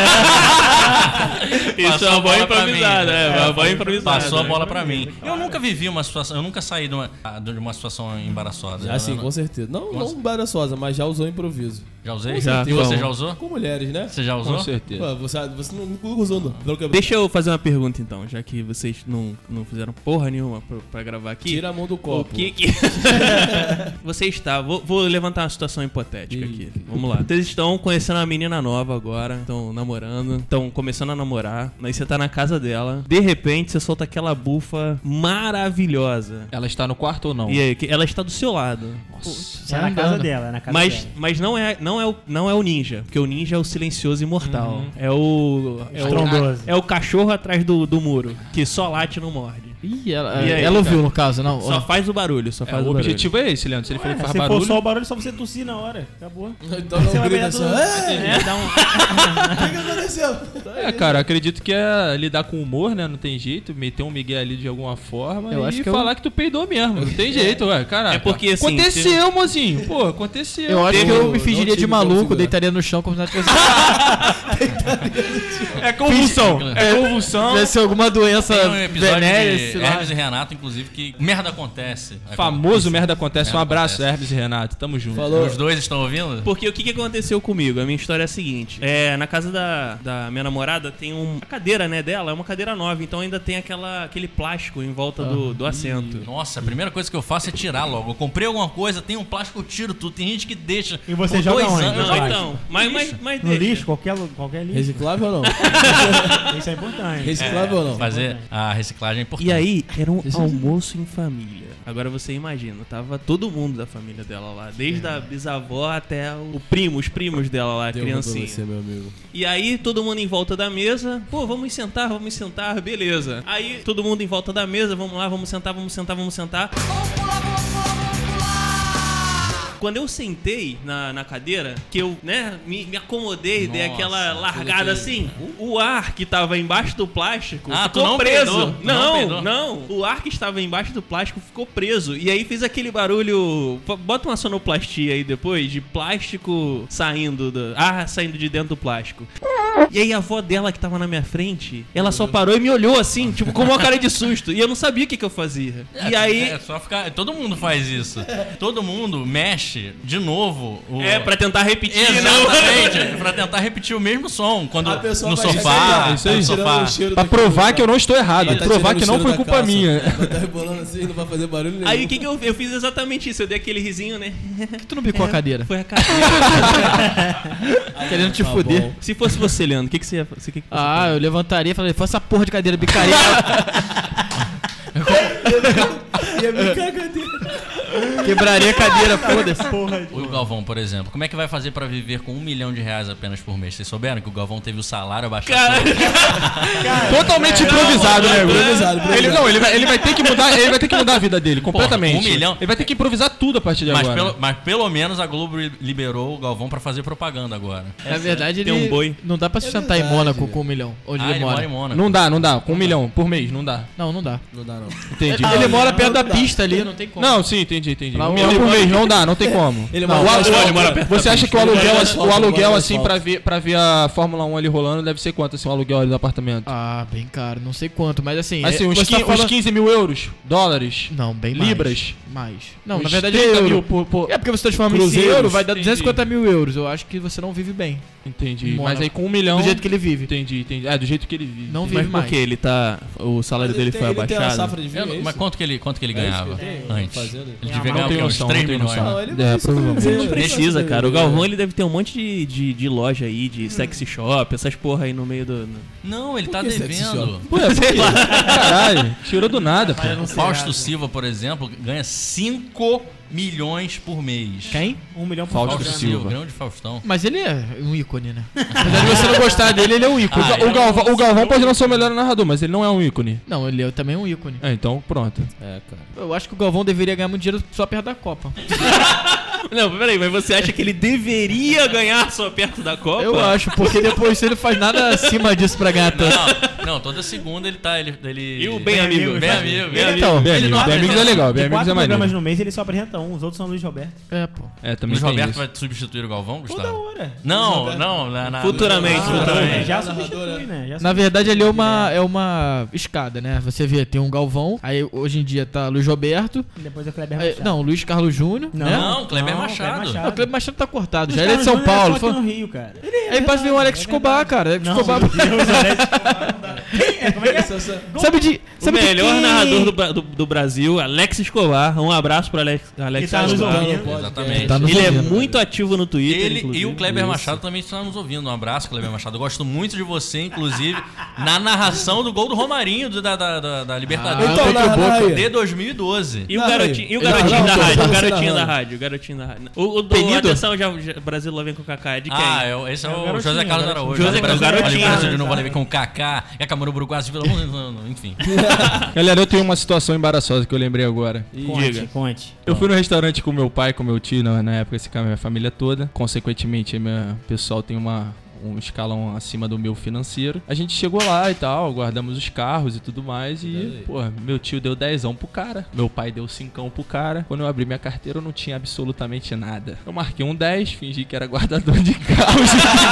Isso Passou é a uma boa bola pra improvisada, mim. é, É, uma boa improvisada. Passou a bola né? pra mim. Eu nunca vivi uma situação, eu nunca saí de uma, de uma situação embaraçosa. Já sim, Eu- com certeza. Não, Com não cer- embaraçosa, mas já usou improviso. Já usei? Já, E você como? já usou? Com mulheres, né? Você já usou? Com certeza. Pô, você, você não, nunca usou, não. Pelo que eu- Deixa eu fazer uma pergunta então, já que vocês não, não fizeram porra nenhuma pra, pra gravar aqui. Tira a mão do O copo. que que... Você está... Vou, vou levantar uma situação hipotética aqui. Ih. Vamos lá. Vocês estão conhecendo uma menina nova agora, estão namorando, estão começando a namorar, aí você tá na casa dela, de repente você solta aquela bufa maravilhosa. Ela está no quarto ou não? E aí, que- ela está do seu lado. É na casa dela, é na casa Mas, dela. mas não, é, não, é o, não é o ninja, porque o ninja é o silencioso e imortal. É o. É o, Estrondoso. é o cachorro atrás do, do muro, que só late e não morde. Ih, ela, E aí, ela ouviu cara? no caso, não? Só faz o barulho, só É, faz o o, barulho. objetivo é esse, Leandro. Se ele falou Ué, que faz se for barulho. só o barulho, é só você tossir na hora. Acabou. Então não Você vai grita pegar assim, tudo- "Ei, É, dá um... o que que aconteceu?" É, cara, acredito que é lidar com humor, né? Não tem jeito, meter um migué ali de alguma forma Eu e acho que eu- falar que tu peidou mesmo. Não tem jeito, ué, caraca. É porque, assim, aconteceu, mozinho. Pô, aconteceu. Eu acho Teve- que eu me não fingiria tive de como maluco, segurar. deitaria no chão como se nada tivesse É convulsão. É convulsão. tivesse alguma doença Tem um episódio venérea, de sei lá. Hermes e Renato, inclusive, que merda acontece. Famoso merda acontece. Um Merda abraço, acontece. Hermes e Renato. Tamo junto. Falou. Os dois estão ouvindo? Porque o que, que aconteceu comigo? A minha história é a seguinte: é, na casa da, da minha namorada tem um, a cadeira, né, dela, é uma cadeira nova, então ainda tem aquela, aquele plástico em volta do, do assento. Nossa, a primeira coisa que eu faço é tirar logo. Eu comprei alguma coisa, tem um plástico, eu tiro tudo. Tem gente que deixa. E você por joga dois onde? anos. Eu Não, jogo então, mas, mas, mas No deixa. lixo, qualquer, qualquer lixo. Reciclável ou não? Isso é importante. Reciclável ou não? Fazer a reciclagem é importante. E aí, era um almoço em família. Agora você imagina, tava todo mundo da família dela lá, desde a bisavó até o primo, os primos dela lá, Deu criancinha. você, meu amigo. E aí todo mundo em volta da mesa, pô, vamos sentar, vamos sentar, beleza. Aí todo mundo em volta da mesa, vamos lá, vamos sentar, vamos sentar, vamos sentar. Quando eu sentei na, na cadeira, que eu, né, me, me acomodei, dei Nossa, aquela largada tudo assim, o, o ar que tava embaixo do plástico Ah, tu ficou não preso. peidou, tu não Não, peidou. não, o ar que estava embaixo do plástico ficou preso. E aí fez aquele barulho, bota uma sonoplastia aí depois, de plástico saindo, do, ar saindo de dentro do plástico. E aí a avó dela que tava na minha frente, ela só parou e me olhou assim, tipo, com uma cara de susto. E eu não sabia o que, que eu fazia. E aí... É só ficar. Todo mundo faz isso. Todo mundo mexe de novo. O... É, pra tentar repetir, Exatamente, pra tentar repetir o mesmo som. Quando A pessoa no vai sofá, chegar, isso aí. no tirando sofá. o cheiro Pra daquele provar lugar. que eu não estou errado. Vai tá provar tirando que o não cheiro foi da culpa calça. minha. Vai tá rebolando assim, não vai fazer barulho nenhum. Aí o que que eu, eu fiz exatamente isso, eu dei aquele risinho, né? que tu não bicou a cadeira? Foi a cadeira. Querendo te Tá fuder. bom. Se fosse você, Leandro, o que que você ia fazer? Que que você Ah, eu levantaria e falaria, foi essa porra de cadeira bicaria. Ia me cagadeira. Quebraria a cadeira, foda-se. Porra de... O Galvão, por exemplo, como é que vai fazer pra viver com um milhão de reais apenas por mês? Vocês souberam que o Galvão teve o salário abaixado? Totalmente improvisado, né? Improvisado, improvisado. Ele, não, ele vai, ele vai ter que mudar, ele vai ter que mudar a vida dele completamente. um milhão? Ele vai ter que improvisar tudo a partir de Mas agora. pelo, mas pelo menos a Globo liberou o Galvão pra fazer propaganda agora. Na verdade, ele Tem um boi. não dá pra sustentar em verdade. Mônaco com um milhão, onde Ah, ele ele mora. mora em Mônaco. Não dá, não dá. Com um milhão por mês, não dá. Não, não dá. Não dá, não. Entendi. Ele mora perto da não dá. pista ali, não tem como. Não, sim, entendi, entendi. Lá Um o milhão ele por mora- mês, não dá, não tem como. Ele Não, mora o mais alu- alto, mora né? perto Você acha que o Ele mora aluguel, mais o alto, aluguel mora mais assim, alto. pra ver, pra ver a Fórmula um ali rolando, deve ser quanto, assim, o aluguel ali do apartamento? Ah, bem caro, não sei quanto, mas assim... Assim, é- uns, você tá quin- uns falando- quinze mil euros? Dólares? Não, bem mais. Libras? Mais. Não, Uns na verdade é trinta euro. mil por... por- É porque você transforma em Cruzeiros, euro, vai dar entendi. duzentos e cinquenta mil euros. Eu acho que você não vive bem. Entendi. Mônaco. Mas aí com um milhão... Do jeito que ele vive. Entendi, entendi. É, do jeito que ele vive. Não Entendi. vive Mas mais. por que ele tá... O salário dele Ele foi tem- ele tem uma abaixado? safra de vinho, Eu não- é mas isso? quanto que ele, quanto que ele É isso ganhava que ele tem, antes? fazenda. Ele Não, devia não ganhar o tenho quê? Uns noção, três não tenho milhões. noção. Não, ele É, vai provavelmente. sobreviver, Não precisa, ele vai cara. O sobreviver. Galvão ele deve ter um monte de, de, de loja aí, de sexy shop, essas porra aí no meio do... no- Não, ele Por tá que sexy devendo. Pô, é porque... Caralho, tirou do nada, pô. O Fausto Silva, por exemplo, ganha cinco milhões por mês. Quem? Um milhão por Fausto Fausto ano. Silva. Silva, grande Faustão. Mas ele é um ícone, né? Apesar de você não gostar dele, ele é um ícone. Ah, O Galvão, o Galvão pode não ser o melhor narrador, mas ele não é um ícone. Não, ele é também um ícone. É, então pronto. É, cara. Eu acho que o Galvão deveria ganhar muito dinheiro só perto da Copa. Não, peraí, mas você acha que ele deveria ganhar só perto da Copa? Eu acho, porque depois ele faz nada acima disso pra ganhar tanto. Não, Não, toda segunda ele tá. Ele, ele... E o Bem Amigo? Bem amigo, bem amigo. Então, Bem Ele Amigos, não Bem Amigos é apresenta- legal, Bem De Amigos quatro é maneiro. programas no mês ele só apresenta um, os outros são Luiz Roberto. É, pô. É, também Luiz tem Roberto isso. vai substituir o Galvão, Toda Gustavo? hora. Não, não. Na, na, Futuramente, Ah, futuramente. já Narradora. substitui, né? Já Na verdade, ali é uma, substitui, é uma escada, né? Você vê, tem um Galvão, aí hoje em dia tá Luiz Roberto, né? Depois é o Kleber aí- Machado. não, Luiz Carlos Júnior, Não, né? Não, Kleber Machado. Não, o Cleber Machado tá cortado, Luiz já ele é de Carlos São Júnior Paulo. É só aqui Foi- no Rio, cara. Ele é Aí depois vem o Alex é Escobar, verdade. cara. Alex Não, Escobar. meu Deus, Alex Escobar não dá. Quem é? Como é que é? Sabe de. O Sabe de melhor quem? narrador do, Bra- do, do Brasil, Alex Escobar. Um abraço pro Alex, Alex Que tá nos Escobar. ouvindo. Exatamente. Tá nos Ele é ouvindo. muito ativo no Twitter. Ele inclusive. e o Kleber Isso. Machado também estão nos ouvindo. Um abraço, Kleber Machado. Eu gosto muito de você, inclusive, na narração do gol do Romarinho do- da, da, da, da Libertadores Então, contra o narra Boca aí. de dois mil e doze. E o Narra garotinho, aí. e o garotinho Não, da não, rádio, não, o não, garotinho não, da não. rádio, o garotinho da rádio. O, o do Penido? Atenção, já, já, Brasil lá vem com o Kaká, de quem? Ah, é, o- esse é, É o o garotinho, José Carlos o Araújo. José- Brasil, o garotinho, Brasil de né? novo ali com o Kaká, Kakamuro Buruguazi, Vila enfim. Galera, eu tenho uma situação embaraçosa que eu lembrei agora. Conte, Diga. conte. Eu fui no restaurante com meu pai, com meu tio, na, na época, esse cara, minha família toda. Consequentemente, meu pessoal tem uma, um escalão acima do meu financeiro. A gente chegou lá e tal, guardamos os carros e tudo mais. E, pô, meu tio deu dezão pro cara. Meu pai deu cincão pro cara. Quando eu abri minha carteira, eu não tinha absolutamente nada. Eu marquei um dez, fingi que era guardador de carros.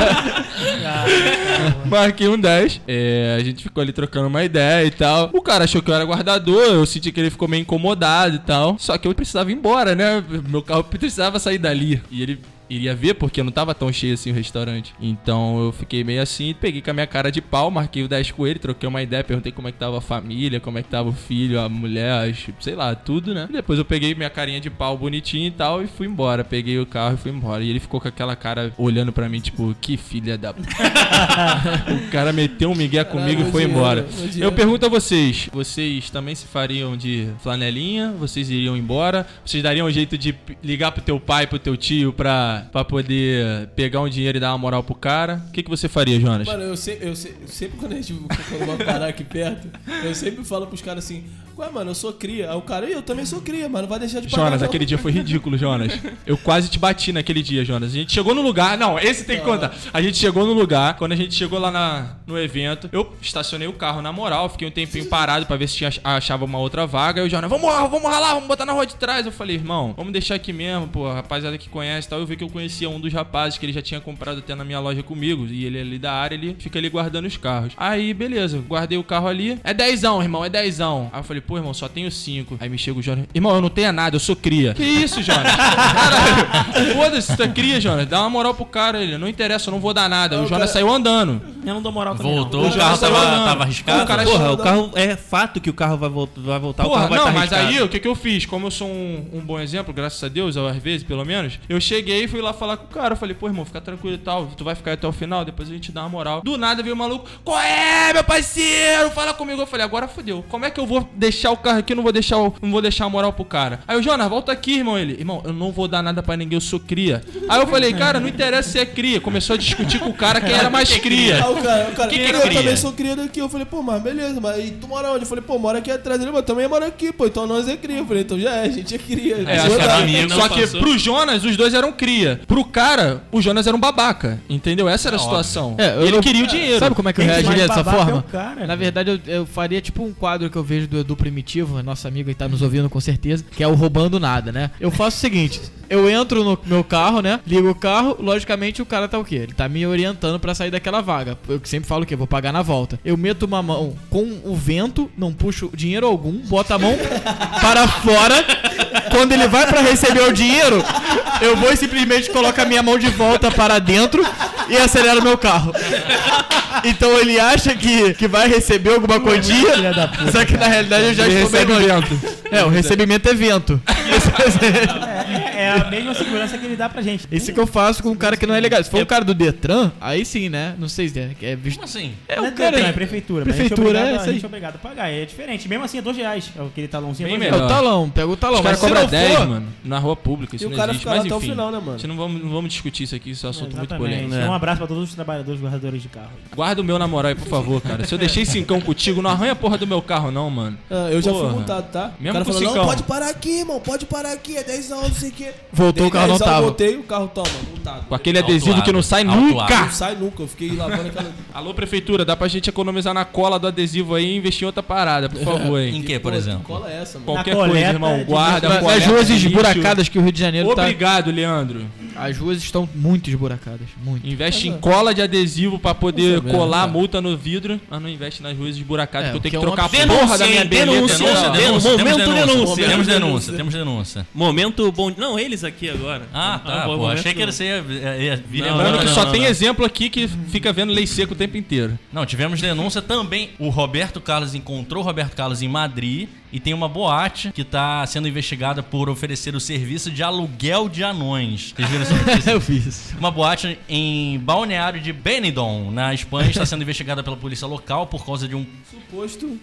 Marquei um dez. É, a gente ficou ali trocando uma ideia e tal. O cara achou que eu era guardador. Eu senti que ele ficou meio incomodado e tal. Só que eu precisava ir embora, né? Meu carro precisava sair dali. E ele iria ver porque não tava tão cheio assim o restaurante. Então eu fiquei meio assim, peguei com a minha cara de pau, marquei o dez com ele, troquei uma ideia, perguntei como é que tava a família, como é que tava o filho, a mulher, as- sei lá, tudo, né? E depois eu peguei minha carinha de pau bonitinha e tal e fui embora. Peguei o carro e fui embora. E ele ficou com aquela cara olhando pra mim, tipo, que filha da... O cara meteu um migué comigo e foi embora. Eu pergunto a vocês, vocês também se fariam de flanelinha? Vocês iriam embora? Vocês dariam um jeito de p- ligar pro teu pai, pro teu tio pra, pra poder pegar um dinheiro e dar uma moral pro cara? O que, que você faria, Jonas? Mano, eu, se, eu, se, sempre quando a gente quando vai parar aqui perto, eu sempre falo pros caras assim, ué, mano, eu sou cria. Aí o cara, "Ih, eu também sou cria, mano, não vai deixar de pagar Jonas, não." aquele dia foi ridículo, Jonas. Eu quase te bati naquele dia, Jonas. A gente chegou no lugar. Não, esse tem que contar. A gente chegou no lugar. Quando a gente chegou lá na, no evento, eu estacionei o carro na moral. Fiquei um tempinho parado pra ver se tinha, achava uma outra vaga. Aí o Jonas, vamos, vamos ralar, vamos botar na rua de trás. Eu falei, irmão, vamos deixar aqui mesmo, pô. A rapaziada que conhece e tal. Eu vi que eu conhecia um dos rapazes que ele já tinha comprado até na minha loja comigo. E ele é ali da área, ele fica ali guardando os carros. Aí, beleza, guardei o carro ali. É dezão, irmão, é dezão. Aí eu falei, pô, irmão, só tenho cinco. Aí me chega o Jonas, irmão, eu não tenho nada, eu sou cria. Que isso, Jonas? Caralho, foda-se, tu é cria, Jonas. Dá uma moral pro cara, ele. Não interessa, eu não vou dar nada. Não, O Jonas cara- saiu andando. Eu não dou moral também, Voltou, não. o carro saiu tava, andando. tava arriscado. O cara Porra, o carro é fato que o carro vai, volt- vai voltar, o Porra, carro vai não, estar mas arriscado. aí o que, que eu fiz? Como eu sou um, um bom exemplo, graças a Deus, às vezes, pelo menos, eu cheguei e fui lá falar com o cara. Eu falei, pô, irmão, fica tranquilo e tal. Tu vai ficar até o final, depois a gente dá uma moral. Do nada veio o maluco, qual é, meu parceiro? Fala comigo. Eu falei, agora fodeu. Como é que eu vou deixar o carro aqui? Eu não vou deixar, o, não vou deixar a moral pro cara. Aí o Jonas, volta aqui, irmão. Ele, irmão, eu não vou dar nada pra ninguém, eu sou cria. Aí eu falei, cara, não interessa se é cria. Começou a discutir com o cara quem era mais cria. Aí o cara, o cara, Que que é eu cria? também sou cria daqui. Eu falei, pô, mas beleza, mas e tu mora onde? Eu falei, pô, mora aqui atrás. Ele, mas também mora aqui, pô, então nós é cria. Eu falei, então já é, a gente é cria. É, Esse Vou cara dar. amigo. Só não que passou. pro Jonas, os dois eram cria. Pro cara, o Jonas era um babaca. Entendeu? Essa era a É situação. É, eu- Ele eu- queria o dinheiro. Sabe como é que eu Quem mais reagiria dessa babaca é forma? o cara, Na pô. verdade, eu, eu faria tipo um quadro que eu vejo do Edu Primitivo, nosso amigo que tá nos ouvindo com certeza, que é o Roubando Nada, né? Eu faço o seguinte, eu entro no meu carro, né? Ligo o carro, logicamente o cara tá o quê? Ele tá me orientando pra sair daquela vaga. Eu sempre falo o quê? Vou pagar na volta. Eu meto uma mão com o vento, não puxo dinheiro algum, boto a mão para fora. Quando ele vai pra receber o dinheiro, eu vou e simplesmente coloco a minha mão de volta para dentro e acelero o meu carro. Então ele acha que, que vai receber alguma quantia, filha da puta, só que na realidade eu já Ele estou bem recebe nojento. É, o recebimento é vento. É, é a mesma segurança que ele dá pra gente. Isso que eu faço com um cara que não é legal. Se for um cara do Detran, aí sim, né? Não sei se é, é visto. Como assim? É Não o é cara. Detran, é prefeitura. mas Prefeitura, a gente é é isso obrigado, a aí. gente é obrigado a pagar. É diferente. Mesmo assim é dois reais. É aquele talãozinho. Bem dois É reais. o talão, pega o talão. Os caras Mas se cobram não dez, for, mano, na rua pública. Isso E o não cara existe. fica lá Mas até o enfim, final, né, mano? a gente não vamos, não vamos discutir isso aqui, isso é um assunto muito Exatamente. polêmico. Um abraço pra todos os trabalhadores guardadores de carro. Guarda o meu na moral aí, por favor, cara. Se eu deixei cincão contigo, não arranha a porra do meu carro, não, mano. Ah, eu já fui Porra. multado, tá? Mesmo o cara com falou, cincão. não, pode parar aqui, irmão, pode parar aqui, é dez anos, não sei o quê. Voltou, Dei o carro não dez anos, tava. Voltei, o carro toma. pintado. Com aquele adesivo Autuado. que não sai Autuado. nunca. Não sai nunca, eu fiquei lavando aquela... Alô, prefeitura, dá pra gente economizar na cola do adesivo aí e investir em outra parada, por favor, Em hein? que, por Pô, exemplo? que cola é essa, mano? Qualquer Na coisa, coleta irmão. de Guarda, Nas coleta ruas de lixo. esburacadas que o Rio de Janeiro tá. Obrigado, Leandro. As ruas estão muito esburacadas. Muito. Investe em cola de adesivo pra poder Nossa, colar a merda. multa no vidro, mas não investe nas ruas esburacadas, É, que eu tenho que que é um trocar a absurdo. porra da minha Denúncia, beleza. denúncia, Não, denúncia. Denúncia, Momento temos denúncia, denúncia. temos denúncia, temos denúncia. Momento bom. Não, eles aqui agora. Ah, tá, bom, pô, momento- achei que você ia, ia, ia vir Não, Lembrando lembrando. que não, só não, tem não. exemplo aqui que fica vendo lei seca o tempo inteiro. Não, tivemos denúncia também. O Roberto Carlos encontrou o Roberto Carlos em Madrid e tem uma boate que tá sendo investigada por oferecer o serviço de aluguel de anões. Vocês viram essa notícia? Eu fiz. Uma boate em Balneário de Benidorm, na Espanha, está sendo investigada pela polícia local por causa de um... Suposto...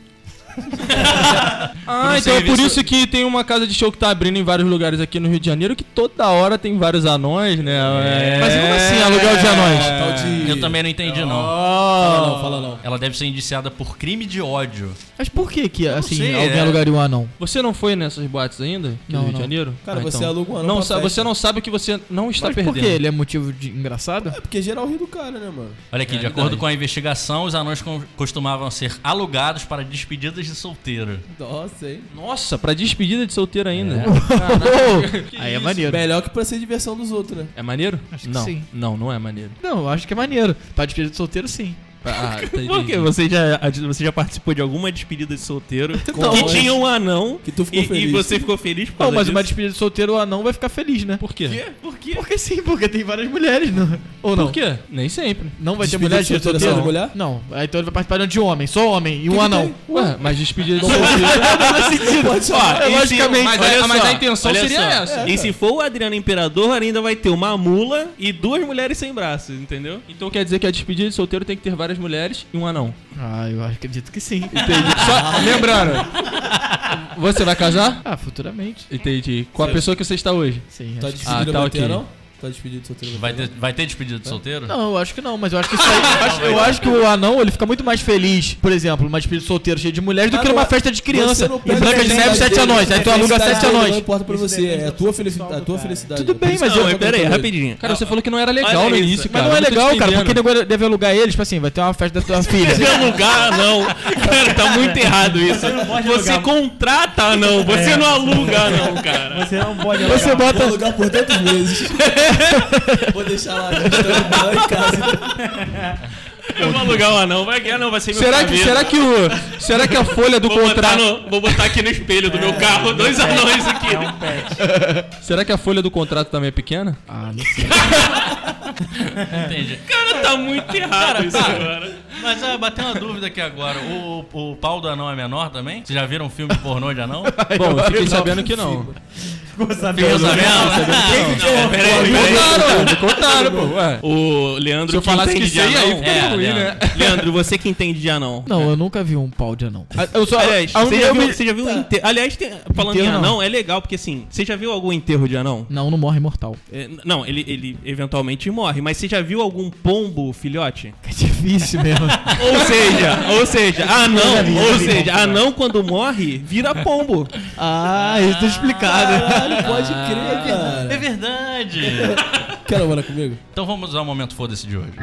Ah, um então é por serviço- isso que tem uma casa de show que tá abrindo em vários lugares aqui no Rio de Janeiro que toda hora tem vários anões, né? É. Mas como assim, aluguel de anões? Tal de... Eu também não entendi, não. Fala não, fala não. Ela deve ser indiciada por crime de ódio. Mas por que que, assim, sei, alguém é. alugaria um anão? Você não foi nessas boates ainda? Aqui Não, no Rio não. de Janeiro? Cara, Ah, você então. aluga um anão não pra sabe, festa. Você não sabe o que você não está Mas perdendo. por quê? Ele é motivo de engraçado? É porque geral ri do cara, né, mano? Olha aqui, de Realidade. acordo com a investigação, os anões com- costumavam ser alugados para despedidas de solteiro. Nossa, hein? Nossa, pra despedida de solteiro ainda. Oh, aí é maneiro. Melhor que pra ser diversão dos outros, né? É maneiro? Acho que não. sim. Não, não é maneiro. Não, eu acho que é maneiro. Pra despedida de solteiro, sim. Ah, tá, Por entendi. quê? Você já, você já participou de alguma despedida de solteiro Não, que mas- tinha um anão Que tu ficou e, e feliz. você ficou feliz por Não, causa mas uma disso? despedida de solteiro, o anão vai ficar feliz, né? Por quê? Quê? Por quê? Porque sim, porque tem várias mulheres, não? Ou não? Por quê? Nem sempre. Não vai ter Despedida mulher de de solteiro solteiro? só de mulher? Não. Aí então ele vai participar de um homem, só homem e um que anão. Ué, mas despedida de Não solteiro. faz sentido. Pode chamar. É, E se- logicamente. Mas, olha a, mas só, a intenção olha seria só. essa. E se for o Adriano Imperador, ainda vai ter uma mula e duas mulheres sem braços, entendeu? Então quer dizer que a despedida de solteiro tem que ter várias mulheres e um anão. Ah, eu acredito que sim. Entendi. Só, lembrando, você vai casar? Ah, futuramente. Entendi. Com a pessoa que você está hoje. Sim. Tá acho que- despedido, Ah, tá vai ter, ok. não? Tá despedido de solteiro. Vai ter, vai ter despedida de solteiro? Não, eu acho que não, mas eu acho que isso aí. eu acho- eu acho que o anão ele fica muito mais feliz, por exemplo, uma despedida de solteiro cheia de mulheres, do Ah, que não, numa é- festa de criança. Você não Em pega Branca a de Neve, felicidade sete dele. anões. Aí tu A aluga felicidade sete dele anões. Não importa pra Isso você, depende é a do tua, pessoal felicidade, a do tua cara. felicidade. Tudo bem, Por isso mas que eu- eu Não, pera aí, recomendo. rapidinho. Cara, você falou que não era legal Olha no isso. início, Mas cara. não é Eu tô legal, cara, entendendo. porque nego deve alugar eles, tipo assim, vai ter uma festa da tua filha. Você alugar não. Cara, tá muito errado isso. Você não pode Você alugar. contrata não, você É. não aluga não, cara. Você não pode Você alugar. bota. Vou alugar por tantos meses. Vou deixar lá gastando bala em casa. Eu vou alugar um anão, vai ganhar não, vai ser meu Será que, chaveiro. será que o. Será que a folha do Vou botar, contrato. no- vou botar aqui no espelho do meu carro dois anões aqui. É um pet. Será que a folha do contrato também é pequena? Ah, não sei. Entendi. Cara, tá muito errado isso agora. Mas ah, bateu uma dúvida aqui agora. O, o pau do anão é menor também? Vocês já viram um filme pornô de anão? Bom, eu fiquei sabendo que não. Ficou Ficou sabendo. sabendo? Não, peraí, Me peraí. contaram, me contaram, pô. Ué. O Leandro Se eu que falasse que entende de sei, aí anão. fica É, ruim, Leandro. né? Leandro, você que entende de anão. Não, eu nunca vi um pau de anão. Ah, Eu só. Aliás, a- você eu já me- viu, você já viu um enterro? Aliás, tem- falando Enterro em não. anão, é legal, porque assim, você já viu algum enterro de anão? Não, não morre mortal. É, n- não, ele, ele eventualmente morre, mas você já viu algum pombo filhote? É difícil mesmo. Ou seja, ou seja, anão, já vi, já ou vi seja, pombo anão quando morre, vira pombo. Ah, isso tá explicado. Caralho, pode crer, É cara. verdade. Quer namorar comigo? Então vamos ao momento foda-se de hoje.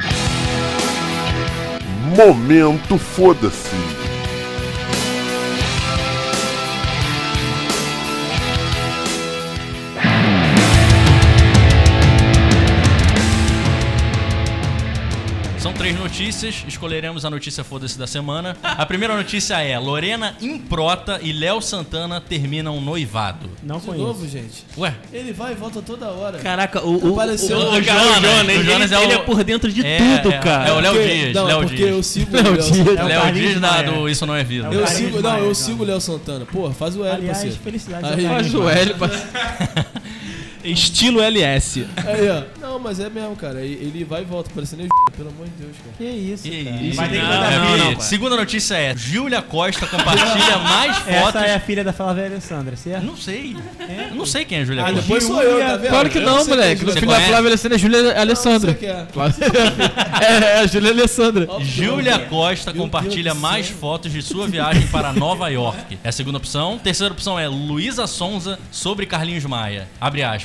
Momento foda-se. São três notícias, escolheremos a notícia foda-se da semana. A primeira notícia é: Lorena Improta e Léo Santana terminam noivado. Não De conheço. novo, gente. Ué? Ele vai e volta toda hora. Caraca, o, o, Apareceu o, o o, Jonas, Jonas, o ele, Jonas é ele o- é por dentro de É, tudo, é, cara. é o Léo Porque- Dias, não, Léo porque Dias. eu sigo Léo o Léo Dias. Santana. É o Léo Carlinhos Dias da, Maia. do Isso Não É Vida. É o Eu Carlinhos sigo, não, Maia, eu não. sigo o Léo Santana. Porra, faz o L, Aliás, parceiro. felicidades Aí, ao Faz Carlinhos o Maia. L, parceiro. Estilo L S. Aí, ó. Não, mas é mesmo, cara. Ele ele vai e volta, parecendo eu, pelo amor de Deus, cara. Que isso, Que cara. isso, Vai ter que não, mandar não, vídeo. não, Segunda notícia é: Júlia Costa compartilha mais fotos. Essa é a filha da Flávia Alessandra, certo? Não sei. Eu não sei quem é Júlia Ah, Costa. depois sou eu, tá vendo? Claro que Eu não, sei moleque. quem No é Você filho da conhece? Flávia Alessandra é Júlia Não, Alessandra. você quer. Claro. É, é a Júlia Alessandra. Óbvio que Júlia não, Costa Meu compartilha Deus do mais céu. fotos de sua viagem para Nova York. É a segunda opção. Terceira opção é Luísa Sonza sobre Carlinhos Maia. Abre aspas.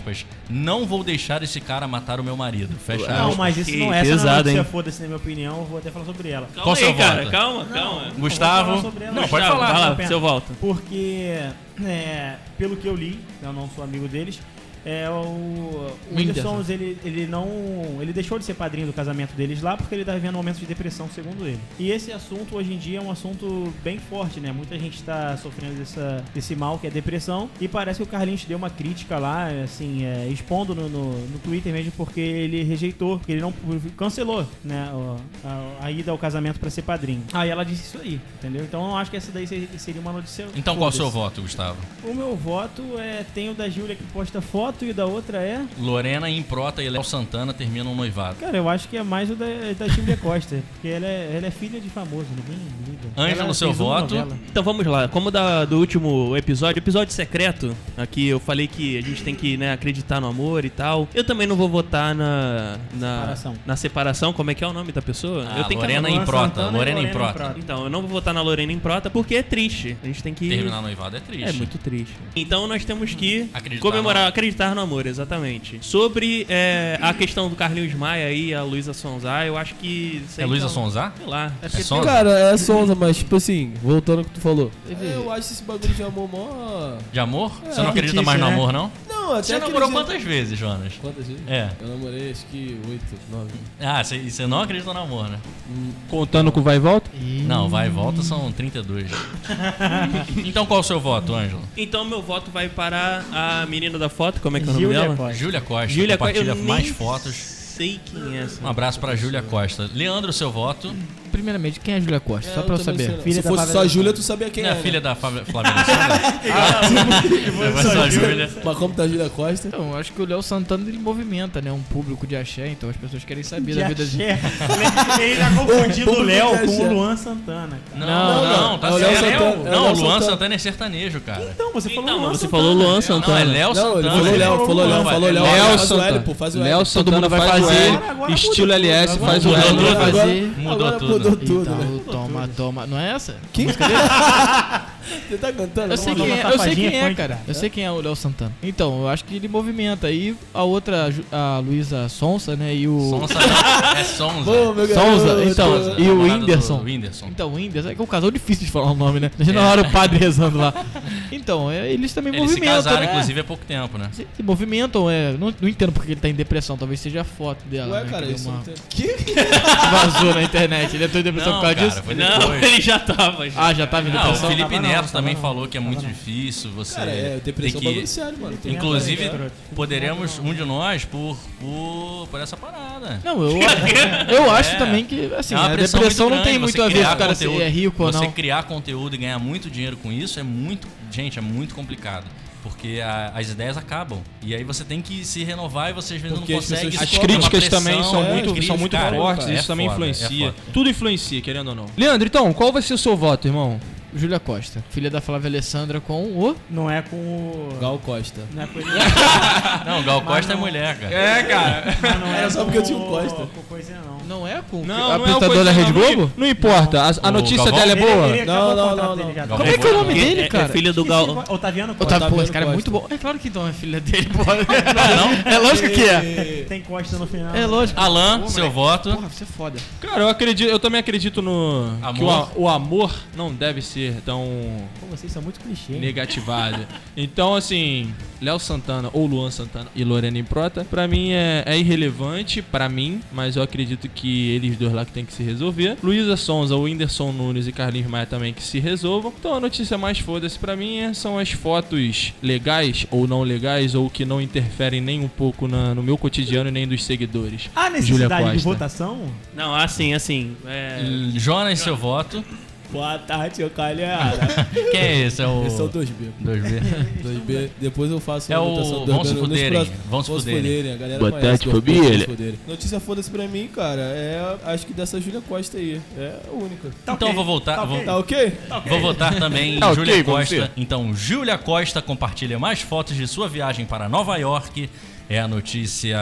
Não vou deixar esse cara matar o meu marido. Fecha Não, aspas. mas isso Que não é essa pesado, não é notícia, hein? foda-se, na minha opinião, eu vou até falar sobre ela. Calma Qual aí, seu cara. voto? Calma, calma. Gustavo? Eu vou falar sobre ela. Não, pode Gustavo, falar. Vai lá, Pena. seu voto. Porque, é, pelo que eu li, eu não sou amigo deles, é, o, o Whindersson. Whindersson, ele, ele não. Ele deixou de ser padrinho do casamento deles lá porque ele tá vivendo momentos de depressão, segundo ele. E esse assunto hoje em dia é um assunto bem forte, né? Muita gente tá sofrendo dessa, desse mal que é depressão. E parece que o Carlinhos deu uma crítica lá, assim, é, expondo no, no, no Twitter mesmo, porque ele rejeitou, porque ele não cancelou, né? A, a ida ao casamento pra ser padrinho. Aí ela disse isso aí, entendeu? Então eu não acho que essa daí seria uma notícia. Então qual o seu foda-se. voto, Gustavo? O meu voto é. Tem o da Júlia que posta foto e o da outra é. Lorena Improta e Léo Santana terminam um noivado. Cara, eu acho que é mais o da, da Júlia Costa. Porque ela é, ela é filha de famoso, ninguém liga. Ângelo, Ela seu fez uma voto? novela. Então vamos lá, como da, do último episódio, episódio secreto, aqui eu falei que a gente tem que, né, acreditar no amor e tal. Eu também não vou votar na na Separação. na separação, como é que é o nome da pessoa? Ah, eu tenho Lorena que Luan Improta. Santana e Lorena Lorena Improta. Improta. Então, eu não vou votar na Lorena Improta porque é triste. A gente tem que Terminar o noivado é triste. É muito triste. Então nós temos que Acreditar comemorar, no- acreditar no amor, exatamente. Sobre é, a questão do Carlinhos Maia e a Luísa Sonzá, eu acho que... É Luísa Sonzá? Sei lá. É Sonza? Cara, é Sonza, mas tipo assim, voltando ao que tu falou. É, eu acho esse bagulho de amor mó. De amor? É, Você não acredita mais no né? amor, não? Não, até Você aquele namorou dia- quantas vezes, Jonas? Quantas vezes? É. Eu namorei acho que oito, nove. Ah, você você não acredita no amor, né? Contando com o vai e volta? Não, vai e volta são trinta e dois. Então qual o seu voto, Ângelo? Então meu voto vai para a menina da foto, como é que é o nome Júlia dela? Costa. Júlia Costa. Júlia Costa, compartilha eu mais nem fotos. sei quem é essa. Um abraço pra Júlia Costa. Leandro, seu voto. Primeiramente, quem é a Júlia Costa? É, Só pra eu também sei saber. não. Filha Se da fosse Flávia só a Júlia, tu sabia quem É é. a filha da Flávia Flávia Alessandra? Se fosse só a Júlia. Mas como tá a Júlia Costa? Então, eu acho que o Léo Santana ele movimenta, né? Um público de axé, então as pessoas querem saber De da vida dele. axé. Ele tá confundindo o Público Léo de com axé. o Luan Santana, cara. Não, Não, não, não. tá É o Léo certo. Santana, é o Não, Léo o Luan Santana. Santana é sertanejo, cara. Então, você falou Então, Luan você Santana. falou Luan Não, é Santana. Léo Não, Santana. ele falou Léo, falou Léo, Não, falou é Léo. Léo Faz o Santana. L, pô, faz o L. Léo Santana mundo vai faz o fazer. L. Agora Estilo mudou L S tudo, faz o agora L. mudou Vai tudo. fazer. Mudou Agora tudo. mudou tudo, Então, né? toma, toma. Não é essa? Quem? Você tá cantando? Eu sei Vamos quem é, uma eu sei safadinha quem é, funk, cara. cara. Eu sei quem é o Léo Santana. Então, eu acho que ele movimenta. E a outra, a Ju- a Luísa Sonsa, né? E o. Sonsa não, é Sonza. Ô, meu Sonza, garoto. então. Sonza, E o namorado do Whindersson. Whindersson. Então, o Whindersson é que é um casal difícil de falar o nome, né? Imagina na hora o padre rezando lá. Então, é, eles também Eles se movimentam. casaram, né? inclusive, há pouco tempo, né? Se, se movimentam, é. Não, não entendo porque ele tá em depressão. Talvez seja a foto dela. Ué, né, cara, que deu isso uma... não tem... Que? vazou na internet. Ele entrou em depressão Não, por causa cara, disso? foi Não, depois. ele já tava. Já. Ah, já tava em Não, o depressão? Felipe Tava não, Neto tava também não. falou que é muito Tava não. difícil você Cara, é, tem depressão é um bagulho que... sério, mano. Tem Inclusive, nada, poderemos, um de nós, por, por, por essa parada. Não, eu, eu acho É. também que, assim, É uma a pressão depressão muito não tem grande, muito você a ver criar com o cara se conteúdo- é rico ou Você não. criar conteúdo e ganhar muito dinheiro com isso é muito... Gente, é muito complicado. Porque a- as ideias acabam. E aí você tem que se renovar e você às vezes Porque não as consegue. pessoas As se cobram críticas uma também pressão, são é, muito, críticas, são muito cara, fortes, é isso também foda, é influencia. foda. Tudo influencia, querendo ou não. Leandro, então, qual vai ser o seu voto, irmão? Júlia Costa, filha da Flávia Alessandra com o... Não é com o. Gal Costa. Não é com ele. Não, Gal Mas Costa é não. mulher, cara. É, cara. Mas não Era é só com porque eu tinha um o- Costa. Com coisa não. Não é com Não, a não é o apresentadora da coisa, Rede não, não, Globo? Não importa, a, a O notícia Galvão? dela é Ele- boa. ele acabou Não, o não, contrato não, dele não. já. Galvão Como é que é o nome É- dele, É, cara? é filho do Esqueci, Gal... Otaviano Ô, Costa. tá, pô, esse Otaviano cara é Costa. muito bom. É claro que então é filha dele, pô. Não, É lógico que é. Tem Costa no final. É lógico. Alan, Pô, seu moleque. voto. Porra, você é foda. Cara, eu acredito, eu também acredito no Amor? que o, a- o amor não deve ser tão Pô, vocês são muito clichê. hein? negativado. Então, assim, Léo Santana ou Luan Santana e Lorena Improta, pra mim é, é irrelevante, pra mim, mas eu acredito que eles dois lá que tem que se resolver. Luísa Sonza, o Whindersson Nunes e Carlinhos Maia também que se resolvam. Então a notícia mais foda-se pra mim é- são as fotos legais ou não legais ou que não interferem nem um pouco na- no meu cotidiano e nem dos seguidores. Há Júlia necessidade de Costa. votação? Não, assim, assim. É... Jonas, seu voto. Boa tarde, seu calhada. Quem é esse? É o. Esse é o dois B. dois B. dois B. Depois eu faço É a o votação vão se nos fuderem, próximos- vão se Vão se fuderem. fuderem. A galera Boa conhece tarde, que eu vou família. se fuderem. Notícia foda-se pra mim, cara. É, acho que dessa Júlia Costa aí. É a única. Tá Então eu ok. vou voltar. Tá vou, ok. Tá ok? vou votar também em Tá ok Júlia com Costa. você? Então, Júlia Costa compartilha mais fotos de sua viagem para Nova York. É a notícia.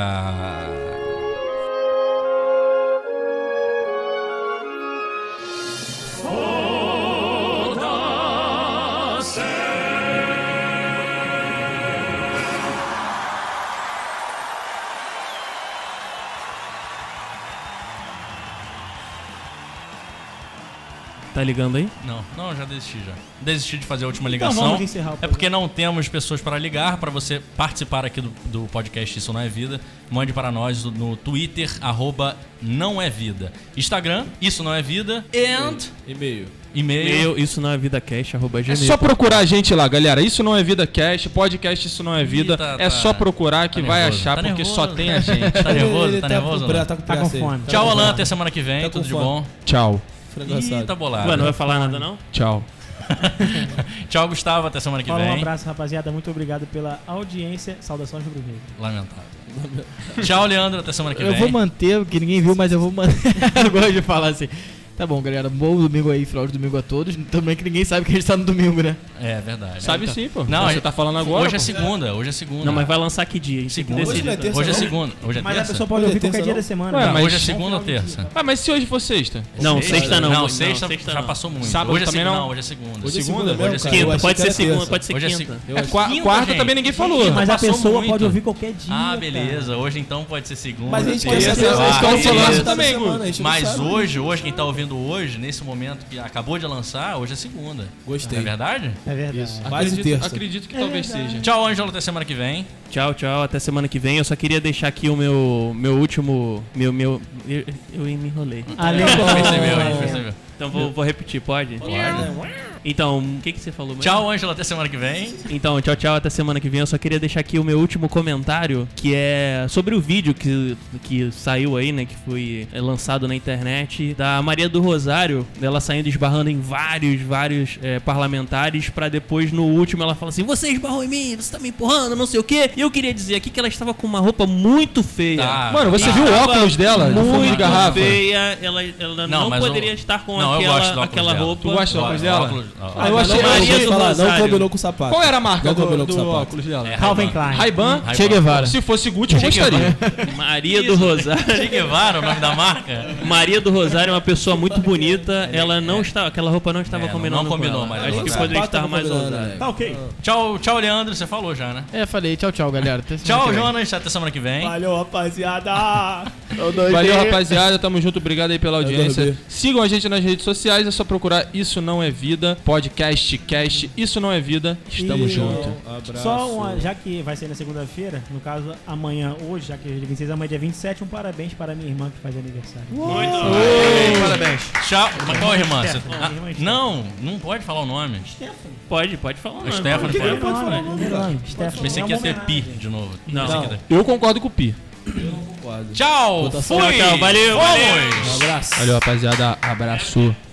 Tá ligando aí? Não, não, já desisti já. Desisti de fazer a última Então ligação. vamos encerrar o É porque não temos pessoas para ligar. Para você participar aqui do, do podcast Isso Não É Vida, mande para nós no Twitter, arroba Não É Vida. Instagram, Isso Não É Vida. And E-mail. e-mail. E-mail, isso não é vidacast, arroba É gmail. só procurar a gente lá, galera. Isso não é Vida Cast, podcast Isso não é Vida. Ih, tá- é tá- só procurar que tá vai nervoso, achar, tá porque nervoso, só tem a tá- gente. Tá nervoso? Ele Tá tá nervoso? com ou não? bra- Tá com, Tá com pressa aí. fome. Tá Tchau, com Alan. fome. Até semana que vem. Tá com Tudo de fome. bom. Tchau. Frango Ih, assado. tá bolado. Ué, não vai falar nada não? Tchau. Tchau, Gustavo. Até semana que Fala, um vem. abraço, rapaziada. Muito obrigado pela audiência. Saudações rubro-negras. Lamentável. Tchau, Leandro. Até semana que Eu vem. vou manter, porque ninguém viu, mas eu vou manter. Eu gosto de falar assim. Tá bom, galera. Bom domingo aí, final de domingo a todos. Também que ninguém sabe que a gente tá no domingo, né? É verdade. Sabe sim, pô. Não, Você é- tá falando agora. Hoje é pô. segunda. Hoje é segunda. Não, mas vai lançar que dia? Isso tem que Segunda. Hoje não é decidir. terça, Hoje é não? segunda. Hoje é Mas a terça? pessoa pode Hoje é ouvir qualquer terça, dia não? da semana. Ué, Não, mas- hoje é segunda ou terça? Ah, mas se hoje for sexta? Não, sexta não. Não, sexta, sexta já não. passou muito. Sábado hoje é também segunda. não? Não, hoje é segunda. Hoje é Segunda? segunda mesmo, Hoje é cara. Eu Quinta, achei pode que ser era segunda, terça. pode ser Hoje é quinta. segunda. Eu É, achei- qua- Quinta, quarta gente. também ninguém falou. Mas a Passou pessoa muito. pode ouvir qualquer dia. Ah, cara. beleza. Hoje então pode ser segunda. Mas a gente terça. quer saber Ah, a escola beleza. falando também, também, mano. A gente não Mas sabe. hoje, hoje, quem tá ouvindo hoje, nesse momento que acabou de lançar, hoje é segunda. Gostei. Não é verdade? É verdade. Quase Acredito, terça. acredito que talvez seja. Tchau, Ângelo. Até semana que vem. Tchau, tchau. Até semana que vem. Eu só queria deixar aqui o meu, meu último... Meu, meu... Eu, eu me enrolei. Percebeu, a gente percebeu. Então vou, vou repetir, pode? Então, o que, que você falou mesmo? Tchau, Ângelo. Até semana que vem. Então, tchau, tchau, até semana que vem. Eu só queria deixar aqui o meu último comentário, que é sobre o vídeo que, que saiu aí, né, que foi é, lançado na internet, da Maria do Rosário, ela saindo esbarrando em vários, vários é, parlamentares, pra depois, no último, ela fala assim, você esbarrou em mim, você tá me empurrando, não sei o quê. E eu queria dizer aqui que ela estava com uma roupa muito feia. Tá. Mano, você E viu o tava óculos dela? De fundo de Muito garrafa? feia, ela, ela Não, não, mas poderia o- estar com Não, eu aquela, gosto do óculos aquela dela. roupa. Tu gosta do óculos dela? Óculos- ó, Ah, eu ó. achei- Não, eu eu Maria vou te do falar, não Rosário. combinou com o sapato. Qual era a marca Não do, combinou com do o sapato. óculos dela? É, Calvin Klein. Ray-Ban? Ray-Ban. Che Guevara. Se fosse Gucci, eu Che gostaria. Maria Isso. do Rosário. Che Guevara, o nome da marca? Maria do Rosário é uma pessoa muito bonita. Ela não estava, aquela roupa não estava É, não- combinando não combinou, com ela. mas Acho ela que tá. poderia Sapato estar tá mais combinando, ousada. né? Tá ok. Tchau, tchau, Leandro. Você falou já, né? É, falei, tchau, tchau, galera. Até semana Tchau, que vem. Jonas. Até semana que vem. Valeu, rapaziada. Valeu, rapaziada. Tamo junto. Obrigado aí pela audiência. dormir. Sigam a gente nas redes sociais. É só procurar Isso Não É Vida. Podcast, cast. Isso Não É Vida. Estamos E- junto. Abraço. Só uma, já que vai ser na segunda-feira, no caso amanhã, hoje, já que é dia vinte e seis, amanhã é dia vinte e sete, um parabéns para minha irmã que faz aniversário. Muito Parabéns. Tchau. Mas qual é, irmã? Você- Stephanie, Ah, irmã Stephanie. não, não pode falar o nome. Pode, pode falar. O Stephanie Por que que pode. não pode falar o nome dela? Stephanie. Pensei É que ia uma ter pi homenagem. de novo. Não. Pensei que ia ter- Eu concordo com o Pi. Tchau. Votação. Fui. Tchau, tchau. Valeu, Fomos. valeu. Um abraço. Valeu, rapaziada. Abraço.